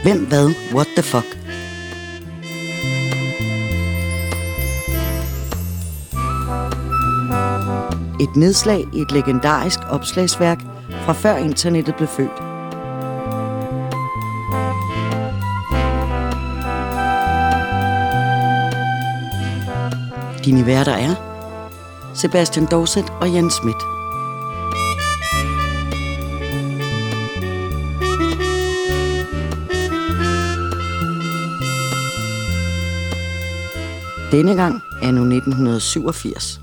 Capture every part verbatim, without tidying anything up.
Hvem, hvad, what the fuck? Et nedslag i et legendarisk opslagsværk fra før internettet blev født. Dine værter er Sebastian Dorset og Jens Schmidt. Denne gang er nu nitten syvogfirs.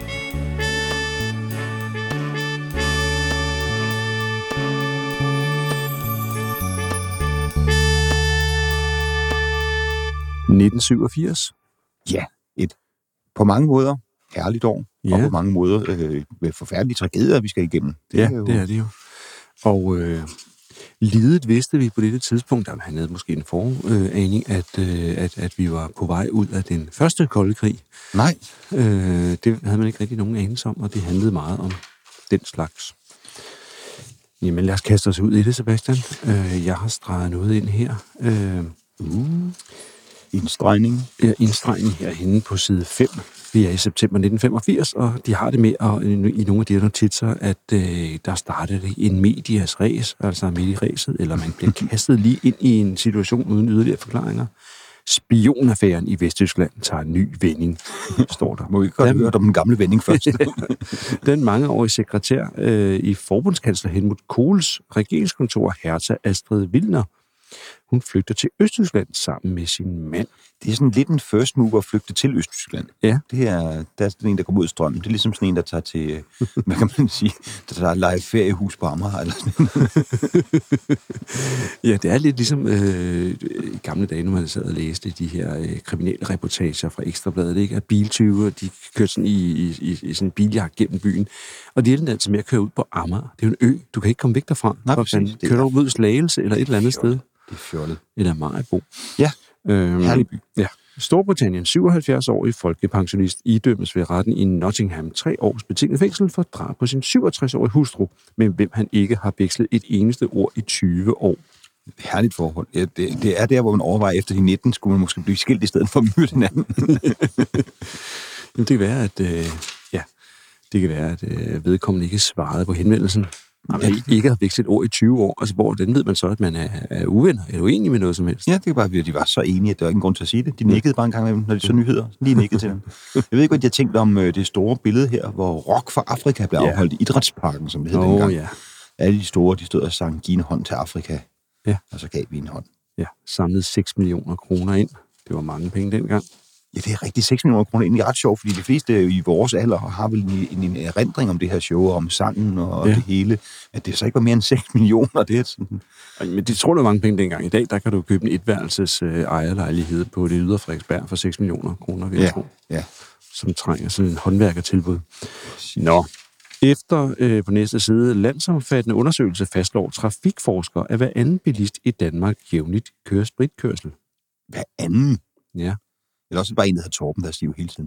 nitten syvogfirs. Ja, et på mange måder herligt år, ja. Og på mange måder øh, med forfærdelige tragedier, vi skal igennem. Det ja, er jo... det er det jo. Og øh, lidet vidste vi på dette tidspunkt, at han havde måske en foraning, at, øh, at, at vi var på vej ud af den første kolde krig. Nej. Øh, det havde man ikke rigtig nogen anelse om, og det handlede meget om den slags. Jamen lad os kaste os ud i det, Sebastian. Øh, jeg har streget noget ind her. Øh, uh. Indstregning. Ja, indstregning herhenne på side fem. Vi er i september nitten femogfirs, og de har det med at, i nogle af de her notitser, at øh, der startede en medias ræs, altså midt i ræset, eller man bliver kastet lige ind i en situation uden yderligere forklaringer. Spionaffæren i Vesttyskland tager en ny vending, står der. Må vi godt høre om den gamle vending først? Den mangeårige sekretær øh, i forbundskansler Helmut Kohls regeringskontor, Hertha Astrid Wildner, hun flygter til Østtyskland sammen med sin mand. Det er sådan lidt en first move at flygte til Østtyskland. Ja. Det er, der er sådan en, der kommer ud af strømmen. Det er ligesom sådan en, der tager til, hvad kan man sige, der tager leje feriehus på Amager, eller sådan Ja, det er lidt ligesom øh, i gamle dage, når man sad og læste de her øh, kriminelle reportager fra Ekstrabladet, ikke? At biltyve, de kørte sådan i, i, i, i sådan en biljagt gennem byen. Og det er den altså med at køre ud på Amager. Det er jo en ø. Du kan ikke komme væk derfra. Nej, præcis. Kører du ud i Slagelse eller et eller andet sted? Det er fjollet. Eller Maribo. Ja, øhm, herlig by. Ja. Storbritannien, syvoghalvfjerds-årig folkepensionist, idømmes ved retten i Nottingham tre års betinget fængsel for drab på sin syvogtres-årige hustru, med hvem han ikke har vekslet et eneste ord i tyve år. Herligt forhold. Ja, det, det er der, hvor man overvejer efter de nitten, skulle man måske blive skilt i stedet for at møde hinanden. Jamen, det kan være, at, øh, ja, det kan være, at øh, vedkommende ikke svarede på henvendelsen. Jamen, ikke har vekslet et ord i tyve år. Altså, hvor den ved man så, at man er, er uvenner, eller uenig med noget som helst. Ja, det er bare, at de var så enige, at der var ingen grund til at sige det. De nikkede bare en gang imellem, når de så nyheder. Lige nikkede til dem. Jeg ved ikke, hvad de har tænkt om øh, det store billede her, hvor Rock for Afrika blev afholdt ja. i Idrætsparken, som det hed oh, dengang. Ja. Alle de store, de stod og sang, giv en hånd til Afrika. Ja. Og så gav vi en hånd. Ja, samlede seks millioner kroner ind. Det var mange penge dengang. Ja, det er rigtig seks millioner kroner. Det er ret sjovt, fordi de fleste i vores alder har vel en, en erindring om det her show, om sangen og ja. det hele. At det så ikke var mere end seks millioner. Det er sådan... Men det tror du mange penge dengang. I dag, der kan du købe en etværelses øh, ejerlejlighed på det ydre Frederiksberg for seks millioner kroner, vil jeg ja. tro. Ja. Som trænger sådan en håndværkertilbud. Nå. Efter øh, på næste side, landsomfattende undersøgelse fastslår trafikforskere, at hver anden bilist i Danmark jævnligt kører spritkørsel. Hver anden? Ja. Eller også bare en, der hedder Torben, der er stiv hele tiden.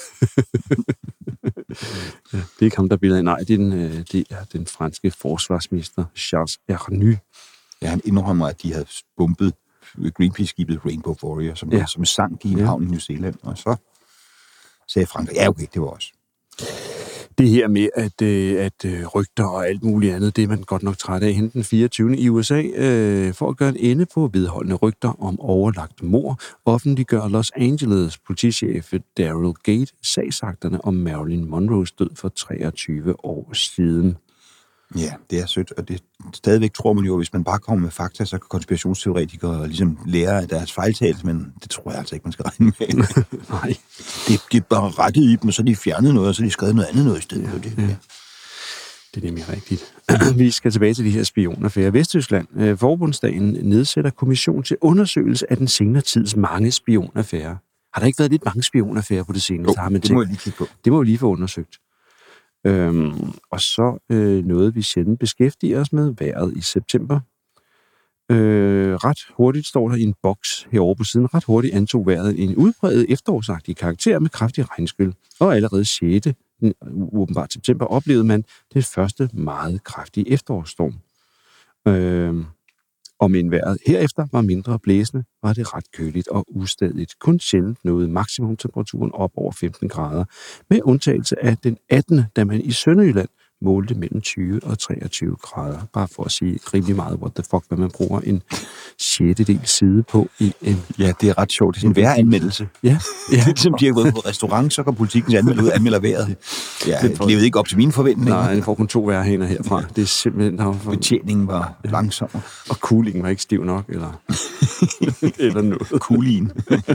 Ja, det er ikke ham, der billeder. Nej, det er den, øh, det er den franske forsvarsminister, Charles Hernu. Ja, han indrømmer, at de havde bumpet Greenpeace-skibet Rainbow Warrior, som, ja. som sank i en ja. havn i New Zealand. Og så sagde Frankrig, ja okay, det var også. Det her med, at, at rygter og alt muligt andet, det er man godt nok træt af. Hente den fireogtyvende i U S A, øh, for at gøre en ende på vedholdende rygter om overlagt mord, offentliggør Los Angeles politichef Daryl Gate sagsakterne om Marilyn Monroes død for treogtyve år siden. Ja, det er sødt, og det stadigvæk tror man jo, hvis man bare kommer med fakta, så kan konspirationsteoretikere ligesom lære af deres fejltagelse, men det tror jeg altså ikke, man skal regne med. Nej. Det, det er bare rettet i dem, og så er de fjernet noget, og så er de skrevet noget andet noget i stedet. Ja, det, ja. Ja. Det er nemlig rigtigt. Vi skal tilbage til de her spionaffærer. Vesttyskland. Forbundsdagen nedsætter kommission til undersøgelse af den senere tids mange spionaffærer. Har der ikke været lidt mange spionaffærer på det seneste? Jo, det må jeg lige kigge på. Det må vi lige få undersøgt. Øhm, og så øh, noget, vi sjældent beskæftiger os med, vejret i september. Øh, ret hurtigt står der i en boks herovre på siden. Ret hurtigt antog vejret en udbredet efterårsagtig karakter med kraftig regnskyld. Og allerede sjette åbenbart september oplevede man den første meget kraftige efterårsstorm. Øh, Og men vejret herefter var mindre blæsende, var det ret køligt og ustadigt. Kun sjældent nåede maksimumtemperaturen op over femten grader, med undtagelse af den attende, da man i Sønderjylland målte mellem tyve og treogtyve grader. Bare for at sige rimelig meget, what the fuck, hvad man bruger en sjettedel side på i en... Ja, det er ret sjovt. Det er en vejranmeldelse. Ja. ja. Det er ligesom, de har gået på restaurant, så går politikens anmelder ud og anmelder vejret. Ja, det levede ikke op til mine forventninger. Nej, den får kun to vejrhaner herfra. Det er simpelthen... Der Betjeningen var ja. langsommere. Og coolingen var ikke stiv nok, eller, eller noget. Coolien.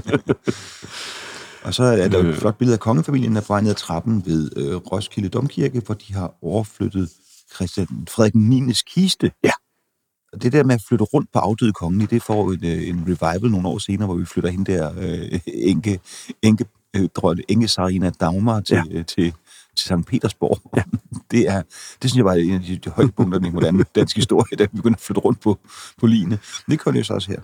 Og så er der et flot billede af kongefamilien, der er på vej ned ad trappen ved øh, Roskilde Domkirke, hvor de har overflyttet Christian Frederik niendes kiste. Ja. Og det der med at flytte rundt på afdøde kongen, det får en, en revival nogle år senere, hvor vi flytter hende der øh, enke, enke, øh, drønne, enke Sarina Dagmar til, ja. øh, til, til Sankt Petersborg. Ja. Det, er, det synes jeg var en af de, de højdepunkter i den moderne dansk historie, da vi begyndte at flytte rundt på, på ligene. Det gør det jo så også her.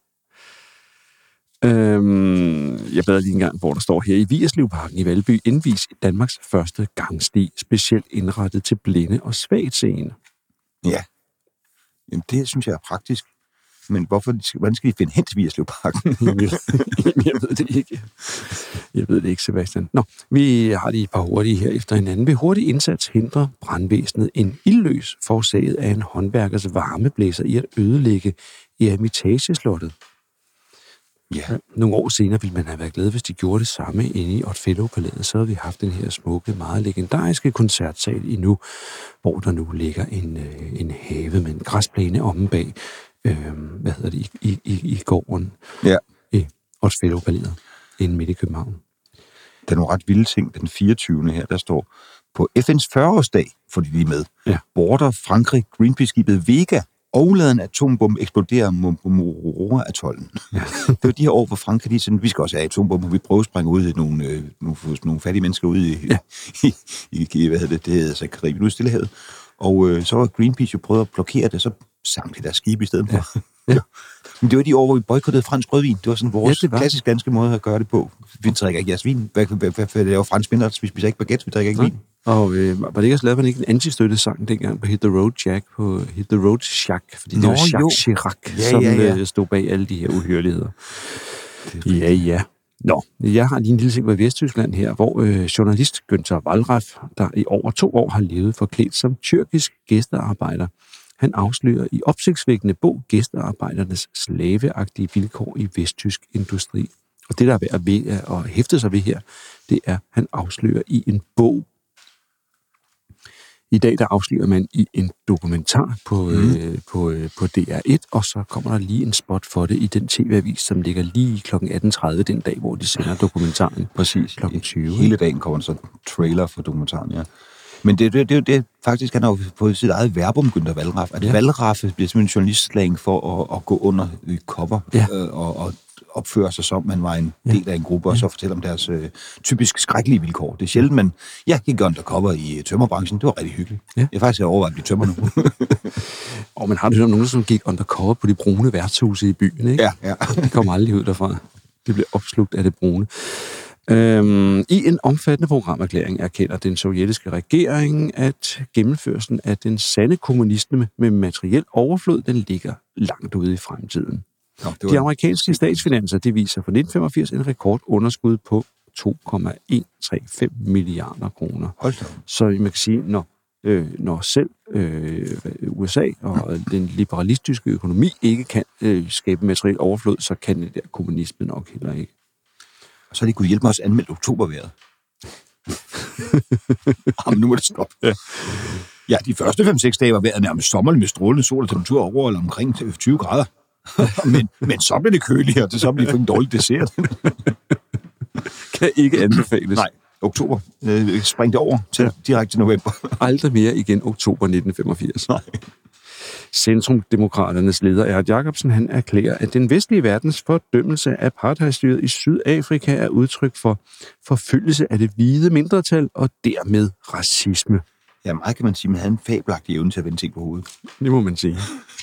Øhm, jeg bladrer lige en gang, hvor der står her: i Vigerslevparken i Valby indvis Danmarks første gangsti, specielt indrettet til blinde og svagtseende. Ja, jamen, det synes jeg er praktisk. Men hvorfor, hvordan skal vi finde hen til Vigerslevparken? Jeg ved det ikke. Jeg ved det ikke, Sebastian. Nå, vi har lige et par hurtige her efter hinanden. Ved hurtig indsats hindrer brandvæsenet en ildløs forårsaget af en håndværkers varmeblæser i at ødelægge Eremitageslottet. Ja. Nogle år senere ville man have været glad, hvis de gjorde det samme inde i Otfellow-palæet. Så havde vi haft den her smukke, meget legendariske koncertsal i nu, hvor der nu ligger en, en have med en græsplæne omme bag, øh, hvad hedder det, i, i, i gården ja. i Otfellow-palæet, inde midt i København. Der er nogle ret vilde ting. Den fireogtyvende her, der står på F N's fyrre-årsdag, fordi de er med, ja. border Frankrig Greenpeace-skibet Vega og lader en atombombe eksplodere på Mururoa-atollen. Ja. Det var de her år, hvor Frankrig lige sådan, vi skal også have atombombe, vi prøver at springe ud i nogle, øh, nogle, nogle fattige mennesker ud i, ja. i, i, i, hvad hedder det, det hedder så Karibien, ud i Stillehavet. Og øh, så var Greenpeace jo prøvet at blokere det, så sank de der skib i stedet for. Ja. Ja. Men det var de år, hvor vi boykottede fransk rødvin. Det var sådan vores ja, klassisk danske måde at gøre det på. Vi drikker ikke jeres vin. Hvad, hvad, hvad, hvad, det er jo fransk mindre, vi spiser ikke baguette, vi drikker ikke vin. Og øh, var det ikke også lavet, man ikke en antistøttesang dengang på Hit the Road Jack, på Hit the Road Shack, fordi Nå, det var Jacques Chirac, ja, som ja, ja. stod bag alle de her uhyreligheder. Ja, ja. Nå, jeg har lige en lille ting på Vesttyskland her, hvor øh, journalist Günther Wallraff, der i over to år har levet forklædt som tyrkisk gæstearbejder, han afslører i opsigtsvækkende bog gæstearbejdernes slaveagtige vilkår i vesttysk industri. Og det, der er værd at, ved, at hæfte sig ved her, det er, at han afslører i en bog. I dag der afslører man i en dokumentar på, mm. øh, på, øh, på D R et, og så kommer der lige en spot for det i den tv-avis, som ligger lige klokken atten tredive den dag, hvor de sender dokumentaren. Præcis. klokken tyve. Hele dagen kommer der så trailer for dokumentaren, ja. Men det er det, det, det, faktisk, han har jo fået sit eget verbum, Günther Wallraff. At ja. Wallraff bliver simpelthen en journalistslang for at, at gå under cover ja. øh, og, og opføre sig som, man var en ja. del af en gruppe, og så fortælle om deres øh, typisk skrækkelige vilkår. Det er sjældent, men jeg gik undercover i tømmerbranchen. Det var rigtig hyggeligt. Ja. Jeg faktisk overvejet at blive tømmer nu. Og man har det om nogen, som gik undercover på de brune værtshuse i byen, ikke? Ja, ja. Det kom aldrig ud derfra. Det blev opslugt af det brune. Øhm, I en omfattende programerklæring erkender den sovjetiske regering, at gennemførelsen af den sande kommunisme med materiel overflod, den ligger langt ude i fremtiden. Nå, var... De amerikanske statsfinanser, det viser for nitten femogfirs en rekordunderskud på to komma en tre fem milliarder kroner. Hold da. Så man kan sige, når, øh, når selv øh, U S A og mm. den liberalistiske økonomi ikke kan øh, skabe materiel overflod, så kan det der kommunisme nok heller ikke. Og så har de kunne hjælpe mig også at anmelde oktobervejret. Jamen, nu må det stoppe. Ja. Ja, de første fem seks dage var vejret nærmest sommerlig med strålende sol og temperatur over eller omkring tyve grader. men, men så blev det køligere, og så blev det for en dårlig dessert. Kan ikke anbefales. Nej, oktober. Øh, spring det over til ja. direkte til november. Aldrig mere igen oktober nitten femogfirs. Nej. Centrumdemokraternes leder Erhard Jacobsen, han erklærer, at den vestlige verdens fordømmelse af apartheidstyret i Sydafrika er udtryk for forfølgelse af det hvide mindretal og dermed racisme. Ja, meget kan man sige, men han havde en fabelagtig evne til at vende ting på hovedet. Det må man sige.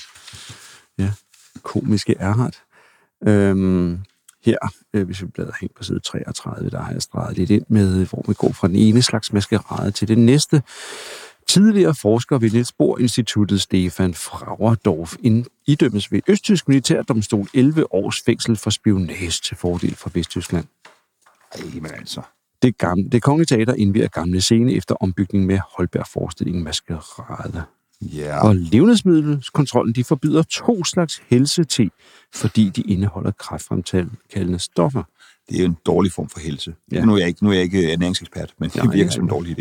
Ja, komiske Erhard. Øhm, her, øh, hvis vi bladrer hen på side treogtredive, der har jeg streget lidt ind med, hvor vi går fra den ene slags maskerade til den næste. Tidligere forsker ved Niels Bohr Instituttet Stefan Frauendorf idømmes ved Østtysk Militærdomstol elleve års fængsel for spionage til fordel for Vesttyskland. Ej, men altså. Det, gamle, det Kongelige Teater indviger gamle scene efter ombygning med Holberg-forestillingen Maskerade. Ja. Og levnedsmiddelkontrollen, de forbyder to slags helse-te, fordi de indeholder kræftfremkaldende stoffer. Det er jo en dårlig form for helse. Ja. Nu er jeg ikke, nu er jeg ikke ernæringsekspert, men det Nej, virker ja, som en ja. dårlig idé.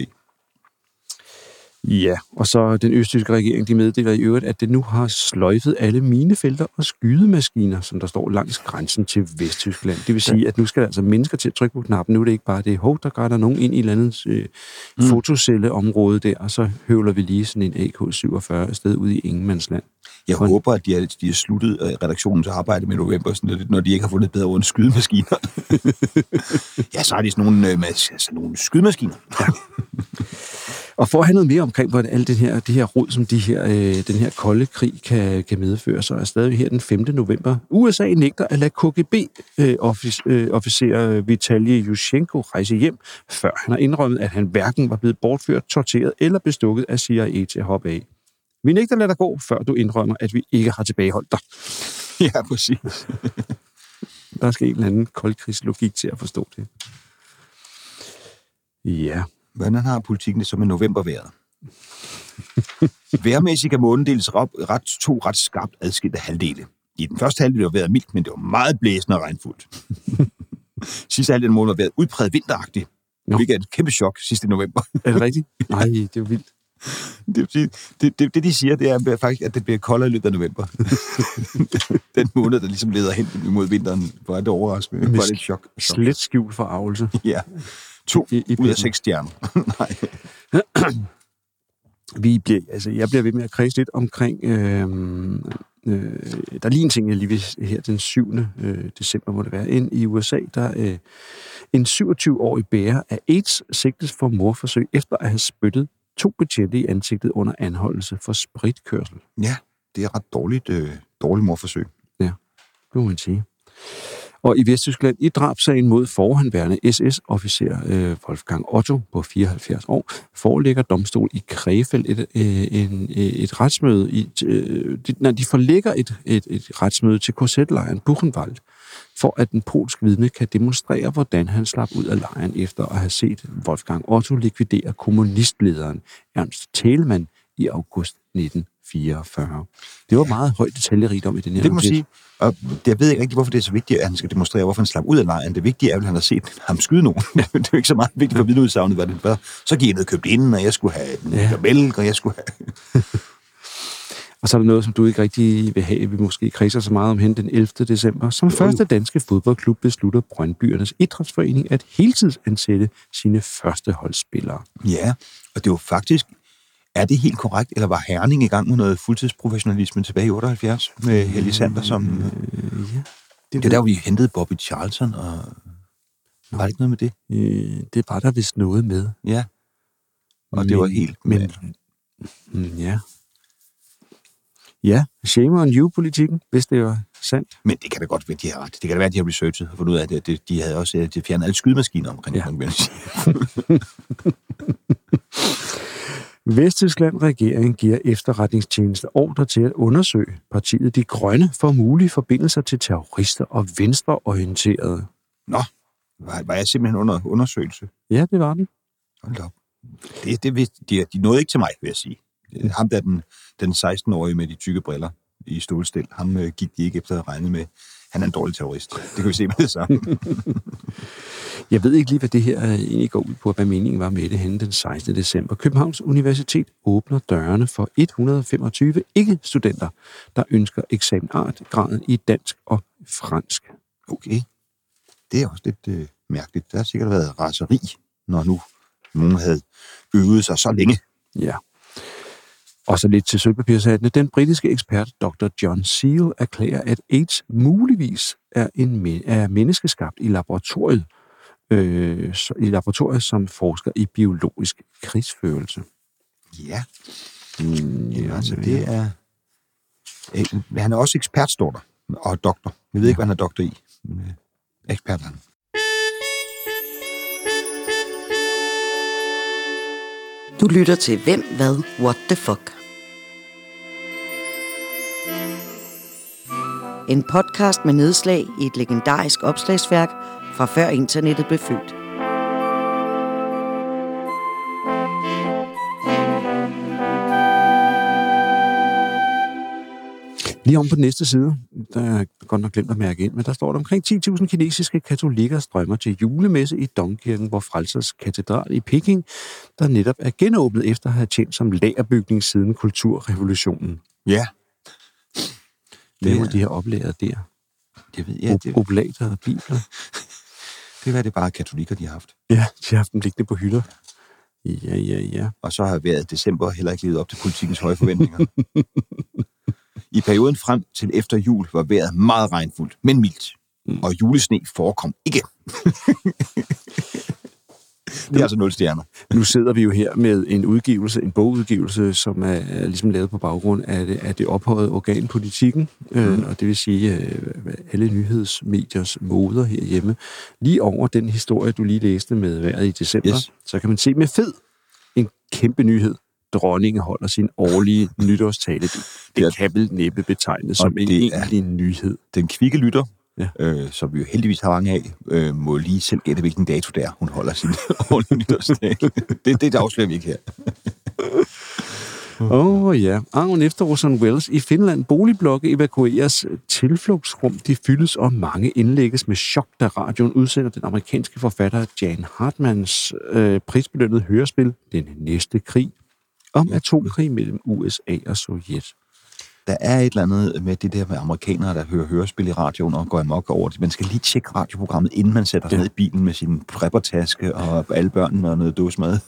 Ja, og så den østtyske regering, de meddeler i øvrigt, at det nu har sløjfet alle minefelter og skydemaskiner, som der står langs grænsen til Vesttyskland. Det vil sige, at nu skal der altså mennesker til at trykke på knappen. Nu er det ikke bare det, hov, der græder nogen ind i et eller andet øh, mm. fotocelleområde der, og så høvler vi lige sådan en A K syvogfyrre afsted ud i ingenmandsland. Jeg For... håber, at de har, de har sluttet redaktionens arbejde med november, sådan, når de ikke har fundet bedre ord end skydemaskiner. Ja, så har de sådan nogle, øh, altså, nogle skydemaskiner. Ja. Og for at have noget mere omkring, hvordan alt det her, det her rod, som de her, øh, den her kolde krig kan, kan medføre, så er stadig her den femte november. U S A nægter at lade K G B-officer øh, Vitali Yushchenko rejse hjem, før han har indrømmet, at han hverken var blevet bortført, torteret eller bestukket af C I A til at hoppe af. Vi nægter at lade dig gå, før du indrømmer, at vi ikke har tilbageholdt dig. Ja, præcis. Der skal en eller anden koldkrigslogik til at forstå det. Ja. Hvordan har politikken det så med novembervejret? Vejrmæssigt kan månen deles ret, to ret skarpt adskilte halvdele. I den første halvdel var vejret mildt, men det var meget blæsende og regnfuldt. Sidste halvdel af måneden var vejret udpræget vinteragtigt, hvilket er et kæmpe chok sidste november. Er det rigtigt? Nej, det er jo vildt. Det, det, det, det, de siger, det er faktisk, at det bliver koldere i løbet af november. Den måned, der ligesom leder hen imod vinteren, var det overraskende. Var det et chok. Slet skjult for arvelse. Ja. To I, i ud af seks stjerner. Nej. Vi bliver, altså, jeg bliver ved med at kredse lidt omkring... Øh, øh, der er lige en ting, jeg lige vil her den syvende Øh, december, må det være. Ind i U S A, der øh, en syvogtyve-årig bærer af AIDS sigtes for mordforsøg, efter at have spyttet to betjente i ansigtet under anholdelse for spritkørsel. Ja, det er ret dårligt, øh, dårligt mordforsøg. Ja, det må man sige. Og i Vesttyskland, i drabsagen mod forhenværende S S-officer øh, Wolfgang Otto på fireoghalvfjerds år, forelægger domstol i Krefeld et, øh, en, et retsmøde. I, øh, de, nej, de forlægger et, et, et retsmøde til K Z-lejren Buchenwald, for at den polske vidne kan demonstrere, hvordan han slap ud af lejren efter at have set Wolfgang Otto likvidere kommunistlederen Ernst Thälmann i august nitten fireogfyrre. Det var meget højt detaljerigt om i den her. Det må sige. Og jeg ved ikke rigtig, hvorfor det er så vigtigt, at han skal demonstrere, hvorfor han slap ud af lejren. Det vigtige er, at han har set ham skyde nogen. Det er jo ikke så meget vigtigt for vidneudsagnet, hvad det var. Så gik jeg ned og købte inden, og jeg skulle have en ja. mælk, og jeg skulle have... Og så er der noget, som du ikke rigtig vil have, vi måske kredser så meget om hen den ellevte december. Som første danske fodboldklub beslutter Brøndbyernes Idrætsforening at heltidsansætte sine første holdspillere. Ja, og det var faktisk... Er det helt korrekt, eller var Herning i gang med noget fuldtidsprofessionalisme tilbage i otteoghalvfjerds med Helge Sander som... Øh, ja. Det er der, hvor vi hentede Bobby Charlton, og... Var det ikke noget med det? Øh, det var der vist noget med. Ja. Og men, det var helt... Men, men ja... Ja, shame on you-politikken, hvis det var sandt. Men det kan da godt være, de har ret. Det kan da være, de har researchet og fundet ud af, at de, de havde også de fjernet alle skydemaskiner omkring. Ja. Vesttyskland regering giver efterretningstjeneste ordre til at undersøge partiet De Grønne for mulige forbindelser til terrorister og venstreorienterede. Nå, var, var jeg simpelthen under undersøgelse? Ja, det var den. Hold op. Det, det, de, de nåede ikke til mig, vil jeg sige. Ham der, den, den seksten-årige med de tykke briller i stålstil, ham øh, gik de ikke efter at regne med. Han er en dårlig terrorist. Det kan vi se med det samme. Jeg ved ikke lige, hvad det her egentlig går ud på, hvad meningen var med det henne den sekstende december. Københavns Universitet åbner dørene for et hundrede og femogtyve ikke-studenter, der ønsker eksaminatgraden i dansk og fransk. Okay. Det er også lidt øh, mærkeligt. Der har sikkert været raseri, når nu nogen havde øvet sig så længe. Ja. Og så lidt til sølvpapirshattene. Den britiske ekspert doktor John Seale erklærer, at AIDS muligvis er, en, er menneskeskabt i laboratoriet, øh, i laboratoriet som forsker i biologisk krigsførelse. Ja. Mm, ja, altså det er... Øh, han er også ekspert, står der, og doktor. Jeg ved ikke, hvad han er doktor i. Men, øh, ekspert han. Du lytter til Hvem, Hvad, What the Fuck? En podcast med nedslag i et legendarisk opslagsværk fra før internettet blev født. Lige om på den næste side, der er godt nok glemt at mærke ind, men der står der omkring ti tusind kinesiske katolikker strømmer til julemesse i Domkirken, hvor Frelsers Katedral i Peking, der netop er genåbnet efter at have tjent som lagerbygning siden kulturrevolutionen. Ja. Hvad må de have oplæret der? Det ved jeg. Det, Oblater og bibler. det var det bare katolikker, de har haft. Ja, de har haft dem liggende på hylder. Ja, ja, ja. Og så har været december heller ikke levet op til politikens høje forventninger. I perioden frem til efter jul var vejret meget regnfuldt, men mildt. Mm. Og julesne forekom ikke. Det er altså nul stjerner. Nu sidder vi jo her med en udgivelse, en bogudgivelse, som er, er ligesom lavet på baggrund af det, af det ophøjede organ Politikken, mm. øh, og det vil sige øh, alle nyhedsmediers moder herhjemme. Lige over den historie, du lige læste med vejret i december, yes. Så kan man se med fed en kæmpe nyhed. Dronningen holder sin årlige nytårstale. Det, det ja. kan vel næppe betegnes som en egentlig nyhed. Den kvikke lytter, ja. øh, som vi jo heldigvis har mange af, øh, må lige selv gætte, hvilken dato det er, hun holder sin årlige nytårstale. det, det afslører vi ikke her. Åh oh, ja. Arven efter Orson Welles i Finland. Boligblokke evakueres. Tilflugtsrum, de fyldes, og mange indlægges med chok, da radioen udsender den amerikanske forfatter Jan Hartmans øh, prisbelønnede hørespil Den næste krig, om atomkrig mellem U S A og Sovjet. Der er et eller andet med det der med amerikanere, der hører hørespil i radioen og går amok over det. Man skal lige tjekke radioprogrammet, inden man sætter sig ja. ned i bilen med sin preppertaske og alle børnene og noget dåsemad.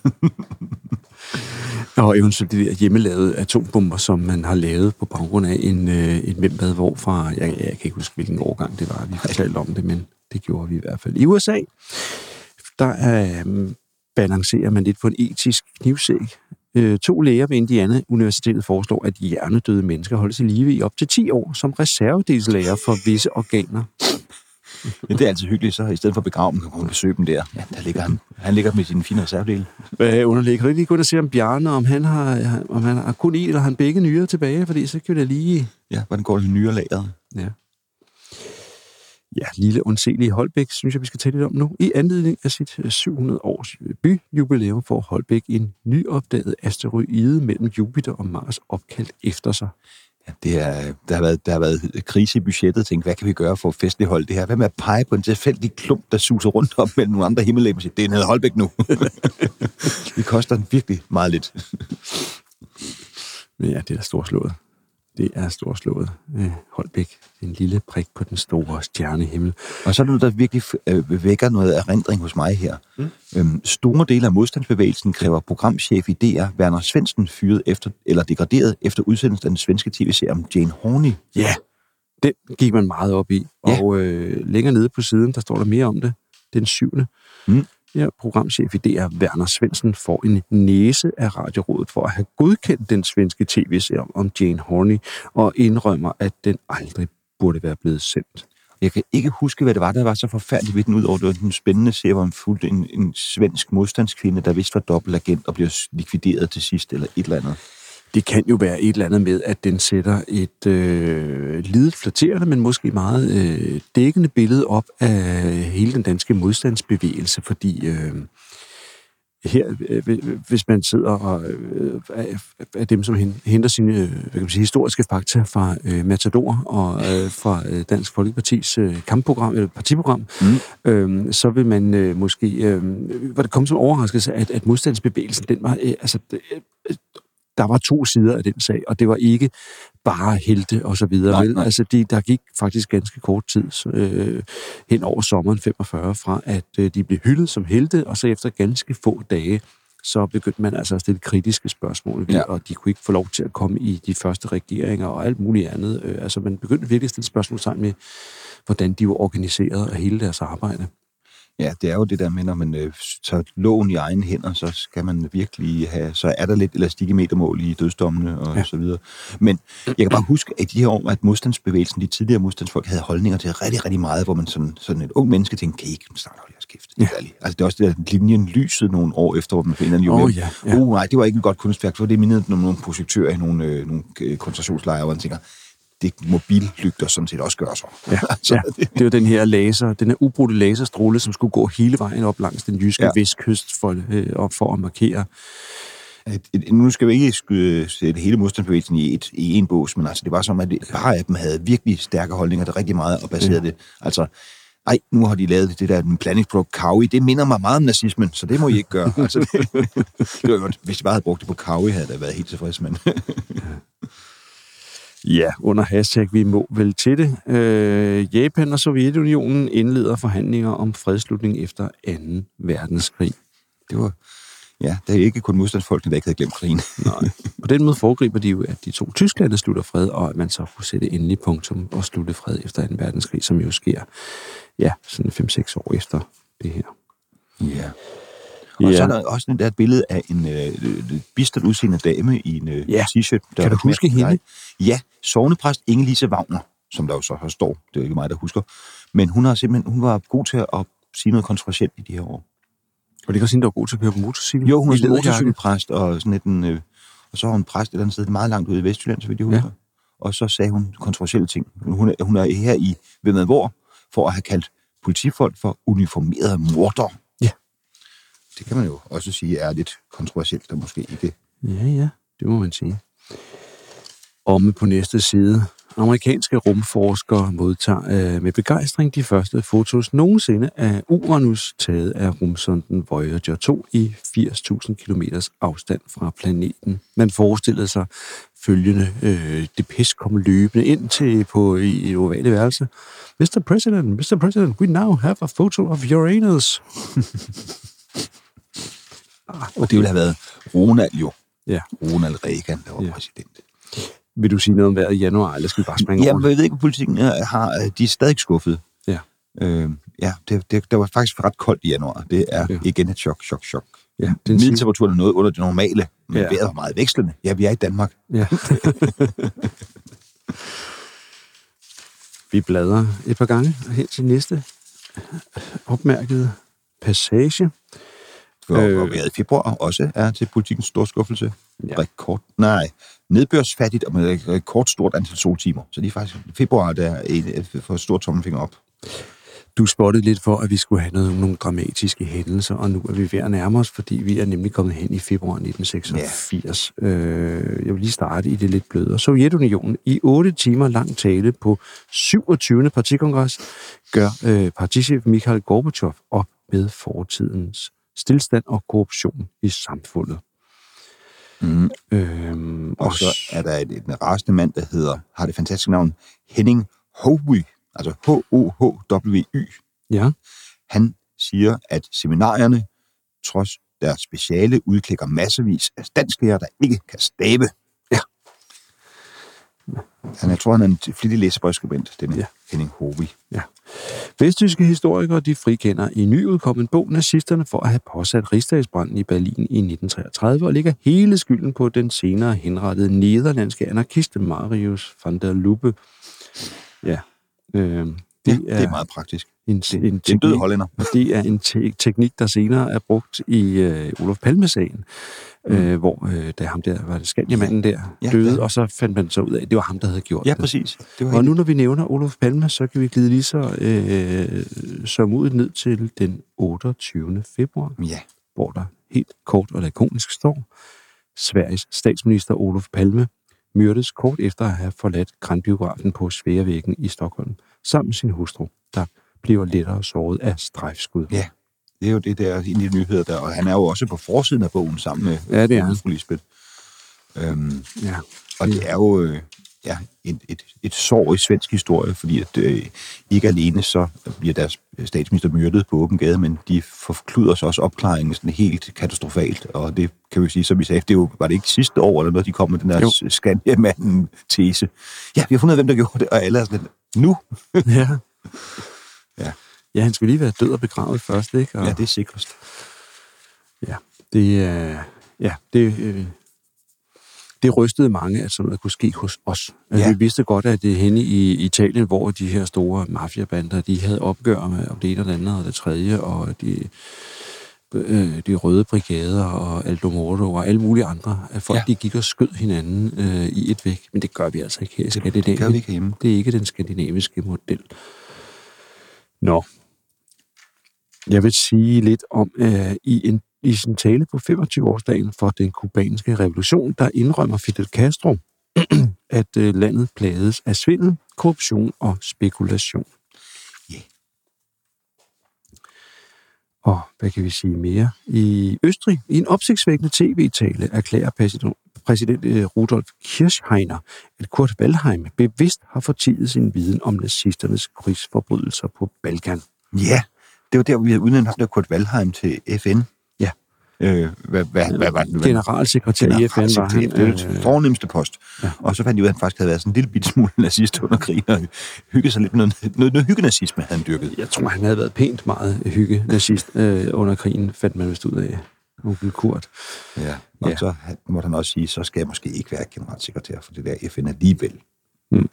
Og eventuelt de der hjemmelavede atombomber, som man har lavet på baggrund af en, øh, en hvem hvor fra, jeg, jeg kan ikke huske, hvilken årgang det var, vi fortalte om det, men det gjorde vi i hvert fald. I U S A, der er, øh, balancerer man lidt på en etisk knivsæg. Øh, to læger ved Indiana Universitetet foreslår, at hjernedøde mennesker holdes i live i op til ti år som reservedelslæger for visse organer. Ja, det er altid hyggeligt, så i stedet for begraven kan man besøge dem der. Ja, der ligger han. Han ligger med sine fine reservedele. Hvad underligt. Kan du lige gå ind og se om Bjarne, om han har, om han har kun en eller han begge nyere tilbage, fordi så kan vi da lige... Ja, hvordan går det med nyrelageret? Ja. Ja, lille undselige Holbæk, synes jeg, vi skal tale lidt om nu. I anledning af sit syv hundrede års byjubilæum får Holbæk en nyopdaget asteroide mellem Jupiter og Mars opkaldt efter sig. Ja, det er, der, har været, der har været krise i budgettet. Tænk, hvad kan vi gøre for at festligholde det her? Hvad med at pege på en tilfældig klump, der suser rundt op mellem nogle andre himmellegemer og siger, det er nede Holbæk nu. Det koster virkelig meget lidt. Men ja, det er da storslået. Det er storslået. Øh, Holbæk, en lille prik på den store stjernehimmel. Og så er der noget, der virkelig øh, vækker noget erindring hos mig her. Mm. Øhm, store dele af modstandsbevægelsen kræver programchef i D R, Werner Svendsen, fyret efter, eller degraderet efter udsendelsen af den svenske tv-serie om Jane Horney. Ja, yeah. Den gik man meget op i. Ja. Og øh, længere nede på siden, der står der mere om det. Den syvende. Mm. Ja, programchef i D R, Werner Svendsen, får en næse af Radiorådet for at have godkendt den svenske tv-serie om Jane Horney, og indrømmer, at den aldrig burde være blevet sendt. Jeg kan ikke huske, hvad det var, der var så forfærdeligt ved den, ud over det var den spændende serie, hvor man fulgte en, en svensk modstandskvinde, der vist var dobbeltagent og blev likvideret til sidst, eller et eller andet. Det kan jo være et eller andet med, at den sætter et øh, lidet flatterende, men måske meget øh, dækkende billede op af hele den danske modstandsbevægelse, fordi øh, her, øh, hvis man sidder og øh, er dem, som henter sine hvad kan man sige, historiske fakta fra øh, Matador og øh, fra øh, Dansk Folkepartis øh, kampprogram, eller partiprogram, mm. øh, så vil man øh, måske, øh, hvor det kom som overraskelse, at, at modstandsbevægelsen, den var, øh, altså, øh, der var to sider af den sag, og det var ikke bare helte og så videre. Nej, nej. Altså, de, der gik faktisk ganske kort tid øh, hen over sommeren femogfyrre fra, at øh, de blev hyldet som helte, og så efter ganske få dage, så begyndte man altså at stille kritiske spørgsmål, ja. Og de kunne ikke få lov til at komme i de første regeringer og alt muligt andet. Øh, altså, man begyndte virkelig at stille spørgsmål sammen med, hvordan de var organiseret og hele deres arbejde. Ja, det er jo det der med, når man øh, tager loven i egne hænder, så skal man virkelig have, så er der lidt elastik i metermål i dødsdommene og ja. så videre. Men jeg kan bare huske, at de her år, at modstandsbevægelsen, de tidligere modstandsfolk, havde holdninger til rigtig, rigtig meget, hvor man sådan, sådan et ung menneske tænkte, kan I ikke snart holde jeres kæft? Ja. Altså det er også det der linjen lyset nogle år efter, hvor man finder en oh, ja, ja. Uh, nej, det var ikke et godt kunstværk, for det mindede nogle, nogle projektører i nogle, øh, nogle koncentrationslejre, hvor man tænker, det mobillygter sådan set også gør så. Ja, altså, ja. Det er jo den her laser, den her ubrudte laserstråle, som skulle gå hele vejen op langs den jyske ja. vestkyst for, øh, op for at markere. Et, et, nu skal vi ikke skyde, sætte hele modstandsbevægelsen i, et, i en bås, men altså, det var som, at et par af dem havde virkelig stærke holdninger, der rigtig meget og baserede ja. det. Altså, ej, nu har de lavet det der en planningsprodukt Kaui. Det minder mig meget om nazismen, så det må I ikke gøre. Altså, det, det var, hvis de bare havde brugt det på Kaui, havde det været helt tilfreds, men... Ja, under hashtag vi må vel til det. Øh, Japan og Sovjetunionen indleder forhandlinger om fredslutning efter anden verdenskrig. Det var, ja, det er ikke kun modstandsfolkene, der ikke havde glemt krigen. Nej. På den måde foregriber de jo, at de to Tysklande slutter fred, og at man så kunne sætte endelig punktum og slutte fred efter anden verdenskrig, som jo sker, ja, sådan fem seks år efter det her. Ja. Og ja. så er der også der et billede af en øh, bistert udseende dame i en øh, ja. t-shirt. Der kan du huske hende? Ja, sognepræst Inge-Lise Wagner, som der jo så har står. Det er jo ikke mig, der husker. Men hun har simpelthen, hun var god til at sige noget kontroversielt i de her år. Og det er også hende, der var god til at køre på motorcykel? Jo, hun er en motorcykelpræst, og sådan et, en, øh, og så var hun præst et eller andet sted meget langt ude i Vestjylland, så vidt jeg husker. Ja. Og så sagde hun kontroversielle ting. Hun er, hun er her i Hvem med hvor, for at have kaldt politifolk for uniformerede mordere. Det kan man jo også sige er lidt kontroversielt, der måske ikke... Ja, ja, det må man sige. Omme på næste side. Amerikanske rumforskere modtager øh, med begejstring de første fotos nogensinde af Uranus taget af rumsonden Voyager to i firs tusind kilometers afstand fra planeten. Man forestillede sig følgende øh, depeche komme løbende ind til på i et ovale værelse. mister President, mister President, we now have a photo of Uranus. Og det ville have været Ronald jo. Ja. Ronald Reagan, der var ja. præsident. Vil du sige noget om vejret i januar, eller skal vi bare springe ja, over? Jeg ved ikke, hvad politikken har. De er stadig skuffet. Ja. Øh, ja, det, det, det var faktisk ret koldt i januar. Det er ja. igen et chok, chok, chok. Ja, middeltemperaturen er noget under det normale, men ja. vejret var meget vekslende. Ja, vi er i Danmark. Ja. Vi bladrer et par gange hen til næste opmærkede passage. Og, og vejret i februar også er til politikens store skuffelse. Ja. Rekord, nej, nedbørsfattigt og med et rekordstort antal soltimer. Så det er faktisk februar, der er en for stor tommelfinger op. Du spottede lidt for, at vi skulle have noget, nogle dramatiske hændelser, og nu er vi ved at nærme os, fordi vi er nemlig kommet hen i februar nitten seksogfirs. Ja. Øh, jeg vil lige starte i det lidt blødere. Sovjetunionen i otte timer lang tale på syvogtyvende partikongres gør øh, partichef Mikhail Gorbachev op med fortidens stilstand og korruption i samfundet. Mm. Øhm, og, og så er der et, en rasende mand, der hedder, har det fantastiske navn, Henning Hovby, altså H O H W Y. Ja. Han siger, at seminarierne, trods deres speciale, udklikker massevis af dansklærer, der ikke kan stave. Ja. Han, jeg tror, han er en flittig læserbøjskribent, denne ja. Henning Hovby. Ja. Vesttyske historikere, de frikender i nyudkommen bog nazisterne for at have påsat rigsdagsbranden i Berlin i nitten treogtredive og lægger hele skylden på den senere henrettede nederlandske anarkist Marius van der Lubbe. Ja, øh, det, ja, er det er meget praktisk. En, det, en, det er en død hollænder. Det er en te- teknik, der senere er brugt i øh, Olof Palme-sagen, mm. øh, hvor øh, da ham der, var det Skandiamanden der, ja, døde, ja. Og så fandt man så ud af, at det var ham, der havde gjort ja, det. Ja, præcis. Det var og helt... nu, når vi nævner Olof Palme, så kan vi glide lige så øh, som ud ned til den otteogtyvende februar, ja. hvor der helt kort og lakonisk står, Sveriges statsminister Olof Palme myrdes kort efter at have forladt Grandbiografen på Sveavägen i Stockholm, sammen med sin hustru, der bliver lettere såret af strejfskud. Ja, det er jo det der i de nyheder der, og han er jo også på forsiden af bogen sammen med ja, det er fru Lisbeth. Øhm, ja. Og det er jo øh, ja, et, et, et sår i svensk historie, fordi at øh, ikke alene så bliver deres statsminister myrdet på åben gade, men de forkluder sig også opklaringen sådan helt katastrofalt, og det kan vi sige, som vi sagde, det jo, var det ikke sidste år, eller noget, de kom med den der Skandiamanden-tese. Ja, vi har fundet, hvem der gjorde det, og alle er sådan lidt, nu? Ja. Ja. Ja, han skal lige være død og begravet først, ikke? Og, ja, det er sikrest. Ja, det er... Ja, det... Øh, det rystede mange, at sådan noget kunne ske hos os. Altså, Ja. vi vidste godt, at det er henne i Italien, hvor de her store mafiabander, de havde opgør med om det ene og det andet og det tredje, og de, øh, de røde brigader og Aldo Moro og alle mulige andre. At folk, ja. de gik og skød hinanden øh, i et væk. Men det gør vi altså ikke her i Skandinavien. Det gør vi ikke hjemme. Det er ikke den skandinaviske model. Nå. Jeg vil sige lidt om, øh, i en I sin tale på femogtyve-årsdagen for den kubanske revolution, der indrømmer Fidel Castro, at øh, landet plagedes af svindel, korruption og spekulation. Yeah. Og hvad kan vi sige mere? I Østrig, i en opsigtsvækkende tv-tale, erklærer præsident, præsident øh, Rudolf Kirchheiner, at Kurt Waldheim bevidst har fortiet sin viden om nazisternes krigsforbrydelser på Balkan. Ja, det var der, vi havde udnævnt ham der Kurt Waldheim til F N. Øh, hvad, hvad, hvad var det? Generalsekretær i F N var han. Det var den fornemmeste post. Ja. Og så fandt de ud af, at han faktisk havde været sådan en lille bitte smule nazist under krigen, og hygget sig lidt med noget, noget, noget hyggenazisme, havde han dyrket. Jeg tror, han havde været pænt meget hyggenazist øh, under krigen, fandt man vist ud af. Onkel Kurt. Ja, og ja. Så måtte han også sige, så skal jeg måske ikke være generalsekretær for det der F N alligevel. Hmm.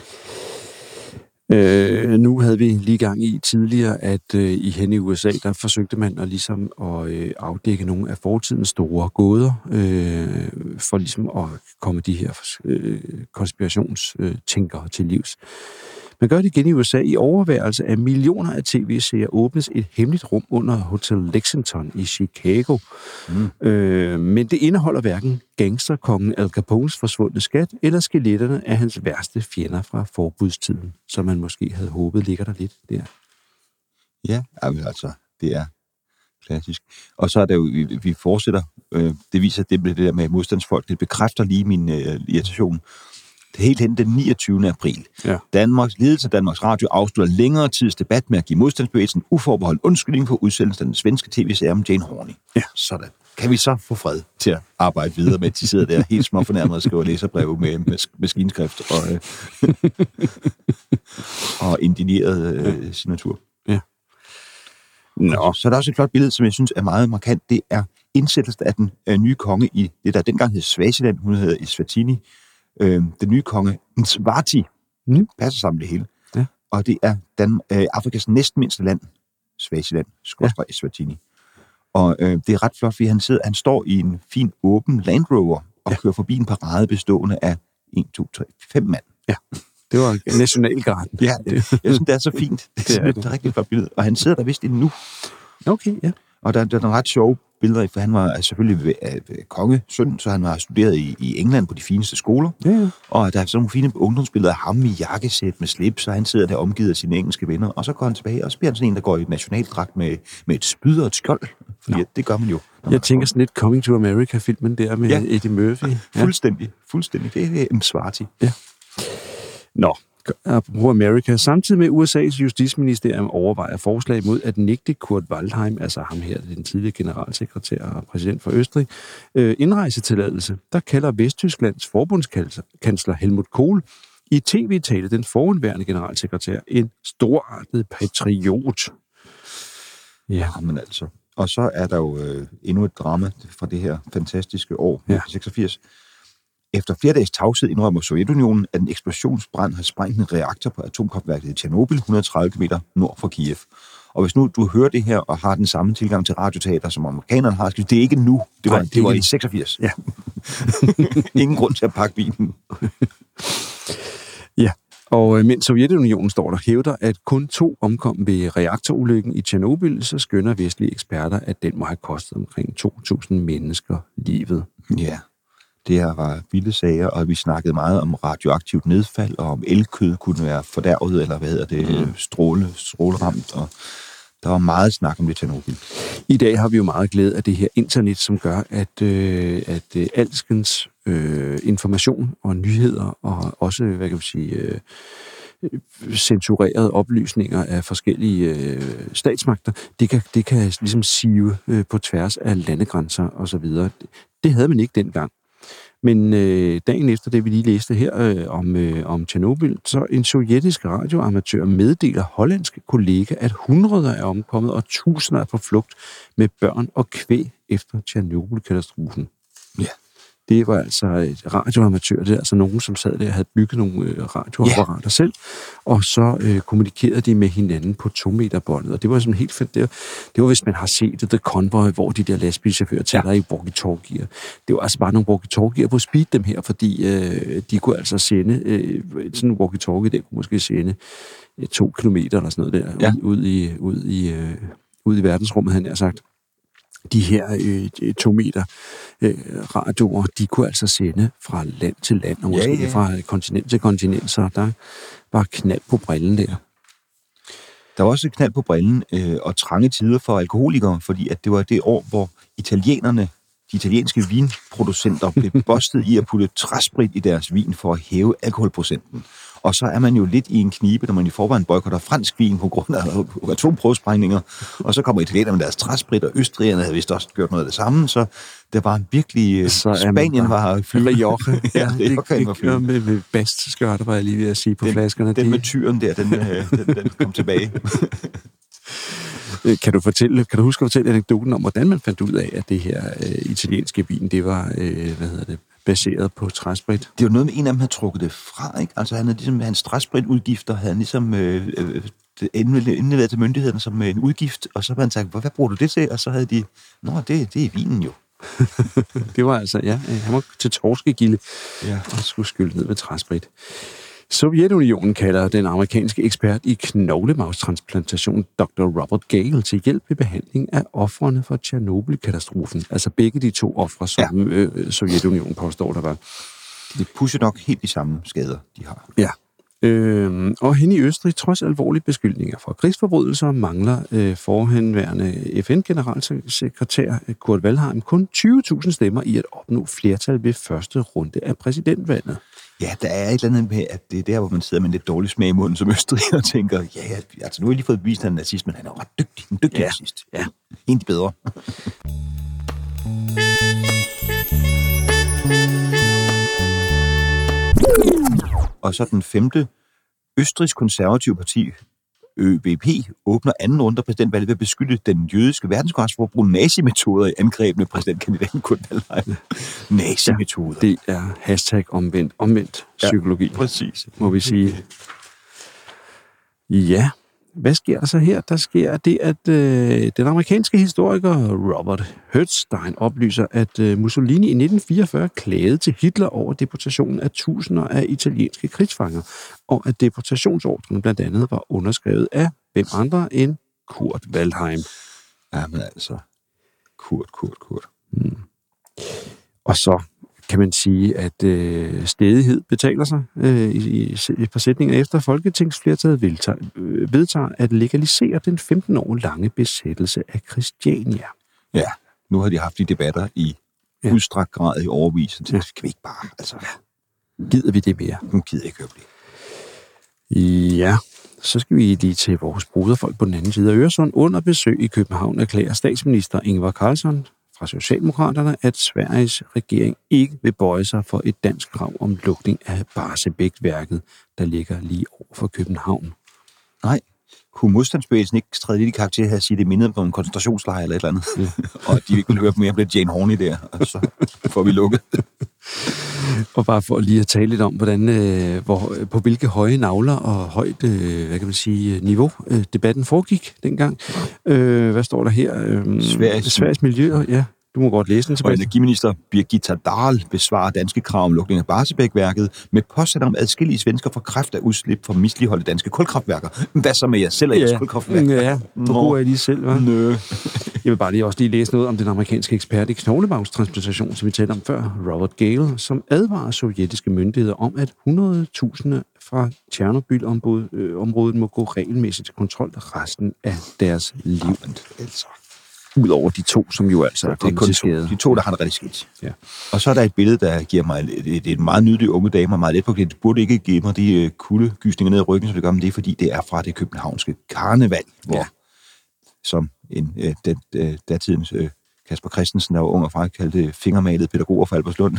Øh, nu havde vi lige gang i tidligere, at øh, i hen i U S A, der forsøgte man at, ligesom, at øh, afdække nogle af fortidens store gåder, øh, for ligesom at komme de her øh, konspirationstænkere til livs. Man gør det igen i U S A i overværelse af millioner af tv-serier åbnes et hemmeligt rum under Hotel Lexington i Chicago. Mm. Øh, men det indeholder hverken gangsterkongen Al Capones forsvundne skat, eller skeletterne af hans værste fjender fra forbudstiden, som man måske havde håbet ligger der lidt der. Ja, altså, det er klassisk. Og så er der jo, vi, vi fortsætter, øh, det viser, det, det der med modstandsfolk, det bekræfter lige min øh, irritation. Helt hen den niogtyvende april. Ja. Danmarks ledelse af Danmarks Radio afslutter længere tids debat med at give modstandsbevægelsen uforbeholdt undskyldning for udsendelsen af den svenske tv-serie om Jane Horney. Ja. Sådan. Kan vi så få fred til at arbejde videre med, at de sidder der helt småfornærmet og skriver læserbreve med, med maskinskrift og, øh, og indigneret øh, signatur. Ja. Nå. Så er der også et flot billede, som jeg synes er meget markant. Det er indsættelsen af den øh, nye konge i det, der dengang hed Swaziland. Hun hedder Eswatini. Øh, den nye konge, Mswati, mm. passer sammen det hele. Ja. Og det er Dan- øh, Afrikas næstmindste land, Swaziland, skråstreg ja. Eswatini. Og øh, det er ret flot, fordi han, sidder, han står i en fin, åben Land Rover og ja. kører forbi en parade bestående af en, to, tre, fem mand. Ja, det var nationalgarden. Ja, det, jeg synes, det er så fint. Det er, det er, det er rigtig flot billede. Og han sidder der vist endnu. Okay, ja. Og der, der er nogle ret sjove billeder, for han var selvfølgelig kongesøn, så han var studeret i, i England på de fineste skoler. Ja, ja. Og der er sådan nogle fine ungdomsbilleder af ham i jakkesæt med slips, så han sidder der omgivet af sine engelske venner. Og så går han tilbage, og så bliver han sådan en, der går i nationaldragt med, med et spyd og et skjold. Fordi ja. det gør man jo. Jeg tænker sådan lidt Coming to America-filmen der med ja. Eddie Murphy. Ja. Fuldstændig, fuldstændig. Det er Mswati. Ja. Nå. Apropos Amerika. Samtidig med U S A's justitsministerium overvejer forslag mod at nægte Kurt Waldheim, altså ham her, den tidligere generalsekretær og præsident for Østrig, øh, indrejsetilladelse, der kalder Vesttysklands forbundskansler Helmut Kohl i tv-tale den forhenværende generalsekretær en storartet patriot. Ja, men altså. Og så er der jo øh, endnu et drama fra det her fantastiske år, ja. seksogfirs. Efter flere dages tavshed indrømmer Sovjetunionen, at en eksplosionsbrand har sprængt en reaktor på atomkraftværket i Tjernobyl, et hundrede og tredive kilometer nord for Kiev. Og hvis nu du hører det her og har den samme tilgang til radioteater, som amerikanerne har, det er ikke nu. Det var, Nej, det det var i seksogfirs. Ja. Ingen grund til at pakke bilen. Ja, og mens Sovjetunionen står der hævder, at kun to omkom ved reaktorulykken i Tjernobyl, så skønner vestlige eksperter, at den må have kostet omkring to tusind mennesker livet. Ja. Det her var vilde sager, og vi snakkede meget om radioaktivt nedfald, og om elkød kunne være fordærvet, eller hvad hedder det, mm. stråle, stråleramt, og der var meget snak om det Tjernobyl. I dag har vi jo meget glæde af det her internet, som gør, at, øh, at øh, alskens øh, information og nyheder, og også, hvad kan man sige, øh, censurerede oplysninger af forskellige øh, statsmagter, det kan, det kan ligesom sive øh, på tværs af landegrænser osv. Det, det havde man ikke dengang. Men øh, dagen efter det, vi lige læste her øh, om, øh, om Tjernobyl, så en sovjetisk radioamatør meddeler hollandske kollega, at hundreder er omkommet og tusinder er på flugt med børn og kvæg efter Tjernobyl-katastrofen. Ja. Det var altså et radioamatør, det er altså nogen, som sad der og havde bygget nogle øh, radioapparater yeah. selv, og så øh, kommunikerede de med hinanden på to meter båndet, og det var sådan helt fedt. Det var, det var, hvis man har set The Convoy, hvor de der lastbilchauffører taler ja. i walkie-talkier. Det var altså bare nogle walkie-talkier på speed, dem her, fordi øh, de kunne altså sende, øh, sådan en walkie-talkie, der kunne måske sende øh, to kilometer eller sådan noget der, ja. ud, ud, i, ud, i, øh, ud i verdensrummet, han har sagt. De her øh, to meter øh, radioer, de kunne altså sende fra land til land, og måske ja, ja. fra kontinent til kontinent, så der var knald på brillen der. Der var også knald på brillen øh, og trange tider for alkoholikere, fordi at det var det år, hvor italienerne, de italienske vinproducenter, blev bustet i at putte træsprit i deres vin for at hæve alkoholprocenten. Og så er man jo lidt i en knibe, når man i forvejen boykotter fransk vin på grund af atomprøvesprængninger, og så kommer italienerne med deres træsprit, og østrigerne havde vist også gjort noget af det samme, så det var virkelig... Så Spanien var flyet. Rioja. Ja, det, det, det kører med, med bastskørter, var jeg lige ved at sige på den, flaskerne. Den med tyren der, den, den, den kom tilbage. Kan du, fortælle, kan du huske at fortælle anekdoten om, hvordan man fandt ud af, at det her øh, italienske vin, det var, øh, hvad hedder det, baseret på træsprit? Det var noget med, en af dem havde trukket det fra, ikke? Altså han havde ligesom, hans træspritudgifter havde han ligesom øh, øh, indleveret til myndighederne som en udgift, og så havde han sagt, hvad bruger du det til? Og så havde de, nå, det, det er vinen jo. Det var altså, ja, han var til torskegilde ja. og skulle skylde ned med træsprit. Sovjetunionen kalder den amerikanske ekspert i knoglemarvstransplantation doktor Robert Gale til hjælp ved behandling af ofrene for Tjernobyl-katastrofen. Altså begge de to ofre, som ja. øh, Sovjetunionen påstår, der var. Det pusher nok helt de samme skader, de har. Ja. Øh, og hende i Østrig, trods alvorlige beskyldninger for krigsforbrydelser, mangler øh, forhenværende F N-generalsekretær Kurt Waldheim kun tyve tusind stemmer i at opnå flertal ved første runde af præsidentvalget. Ja, der er et eller andet med, at det er der, hvor man sidder med en lidt dårlig smag i munden som Østrig og tænker, ja, ja, altså nu har jeg lige fået bevist, at han er nazist, men han er ret dygtig, en dygtig ja. nazist. Ja. En af de bedre. Og så den femte, Østrigs konservative parti, Ø B P, åbner anden runde af præsidentvalget ved at beskylde den jødiske verdenskongres for at bruge nazimetoder i angrebene med præsidentkandidaten Kurt Waldheim. Nazimetoder. Ja, det er hashtag omvendt, omvendt ja, psykologi. Præcis. Må vi sige. Ja, hvad sker der så her? Der sker det, at øh, den amerikanske historiker Robert Hertzstein oplyser, at øh, Mussolini i nitten fireogfyrre klagede til Hitler over deportationen af tusinder af italienske krigsfanger, og at deportationsordrene blandt andet var underskrevet af hvem andre end Kurt Waldheim. Jamen altså, Kurt, Kurt, Kurt. Hmm. Og så kan man sige, at øh, stædighed betaler sig øh, i, i forsætningen efter folketingsflertallet vedtager, øh, vedtager at legalisere den femten år lange besættelse af Christiania. Ja, nu har de haft de debatter i ja. udstrakt grad i overvis, så ja. kan vi ikke bare, altså... Gider vi det mere? Nu gider jeg ikke høre det. Ja, så skal vi lige til vores broderfolk på den anden side af Øresund. Under besøg i København erklærer statsminister Ingvar Carlsson fra Socialdemokraterne, at Sveriges regering ikke vil bøje sig for et dansk krav om lukning af Barsebäck-værket, der ligger lige over for København. Nej, kunne modstandsbevægelsen ikke træde lidt i karakter her og sige, det mindede på en koncentrationslejr eller et eller andet, ja. og at de ikke vil høre mere på Jane Horney der, og så får vi lukket. Og bare for lige at tale lidt om, hvordan, øh, hvor, på hvilke høje navler og højt, øh, hvad kan man sige, niveau øh, debatten foregik dengang. Øh, hvad står der her? Øh, Sveriges, Sveriges miljø, ja. Du må godt læse den tilbage. Og energiminister Birgitta Dahl besvarer danske krav om lukning af Barsebäck-værket med påsat om adskillige svensker for kræft af udslip for misligholdte danske kulkraftværker. Hvad så med jer selv og jeres ja. kulkraftværker? Ja, forbruger jeg lige selv, hva'? Nø. Jeg vil bare lige også lige læse noget om den amerikanske ekspert i knoglemarvstransplantation, som vi talte om før, Robert Gale, som advarer sovjetiske myndigheder om, at hundrede tusinde fra Tjernobyl-området må gå regelmæssigt til kontrol resten af deres liv. Altså. Udover de to, som jo altså er kommet til skade. De to, der har det rigtig skidt. Ja. Og så er der et billede, der giver mig et, et meget nydeligt unge dame, og meget let på det. Det burde ikke give mig de uh, kuldegysninger ned i ryggen, som det gør, men det er, fordi det er fra det københavnske karneval, hvor ja. som en uh, den, uh, datidens uh, Kasper Christensen, der var ung og fræk, kaldte fingermalede pædagoger for Albertslund.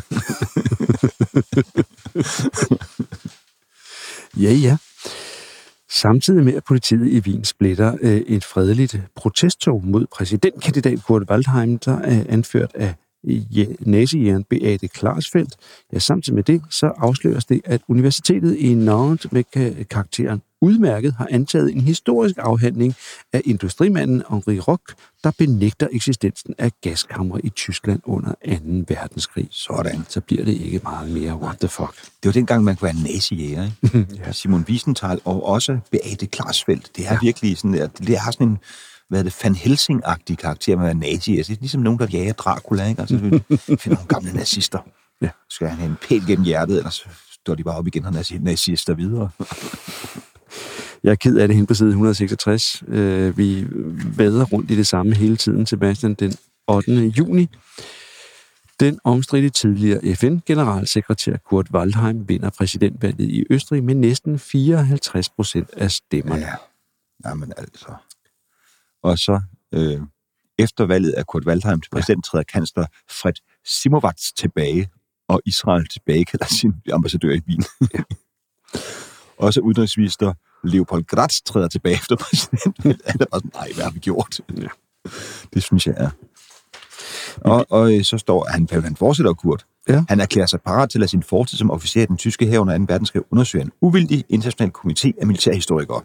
Ja, ja. Samtidig med, at politiet i Wien splitter øh, et fredeligt protesttog mod præsidentkandidat Kurt Waldheim, der er anført af nazijægeren Beate Klarsfeldt. Ja, samtidig med det, så afsløres det, at universitetet i Nantes med karakteren udmærket har antaget en historisk afhandling af industrimanden Henri Roch, der benægter eksistensen af gaskamre i Tyskland under anden verdenskrig. Sådan. Så bliver det ikke meget mere what the fuck. Det var dengang, man kunne være nazijæger, ikke? Ja. Simon Wiesenthal og også Beate Klarsfeldt. Det er ja. virkelig sådan, at det har sådan en hvad er det, Van Helsing-agtig karakter med at være nazi. Altså, det er ligesom nogen, der jager Dracula, ikke? Altså, finder nogle gamle nazister. Ja. Skal han have en pæl gennem hjertet, ellers står de bare op igen og nazister videre. Jeg er ked af det hen på side et hundrede og seksogtres. Vi vader rundt i det samme hele tiden, Sebastian, den ottende juni. Den omstridte tidligere F N-generalsekretær Kurt Waldheim vinder præsidentvalget i Østrig med næsten fireoghalvtreds procent af stemmerne. Ja, jamen altså... Og så øh, efter valget af Kurt Waldheim til præsident, træder kansler Fred Simovats tilbage, og Israel tilbage kalder sin ambassadør i Wien. Ja. Også udenrigsminister Leopold Gratz træder tilbage efter præsidenten. Han er bare sådan, nej, hvad har vi gjort? Ja. Det synes jeg er. Og, og så står, at han, han fortsætter Kurt. Ja. Han erklærer sig parat til at sin fortid som officer i den tyske hær under anden verdenskrig undersøge en uvildig international komité af militærhistorikere.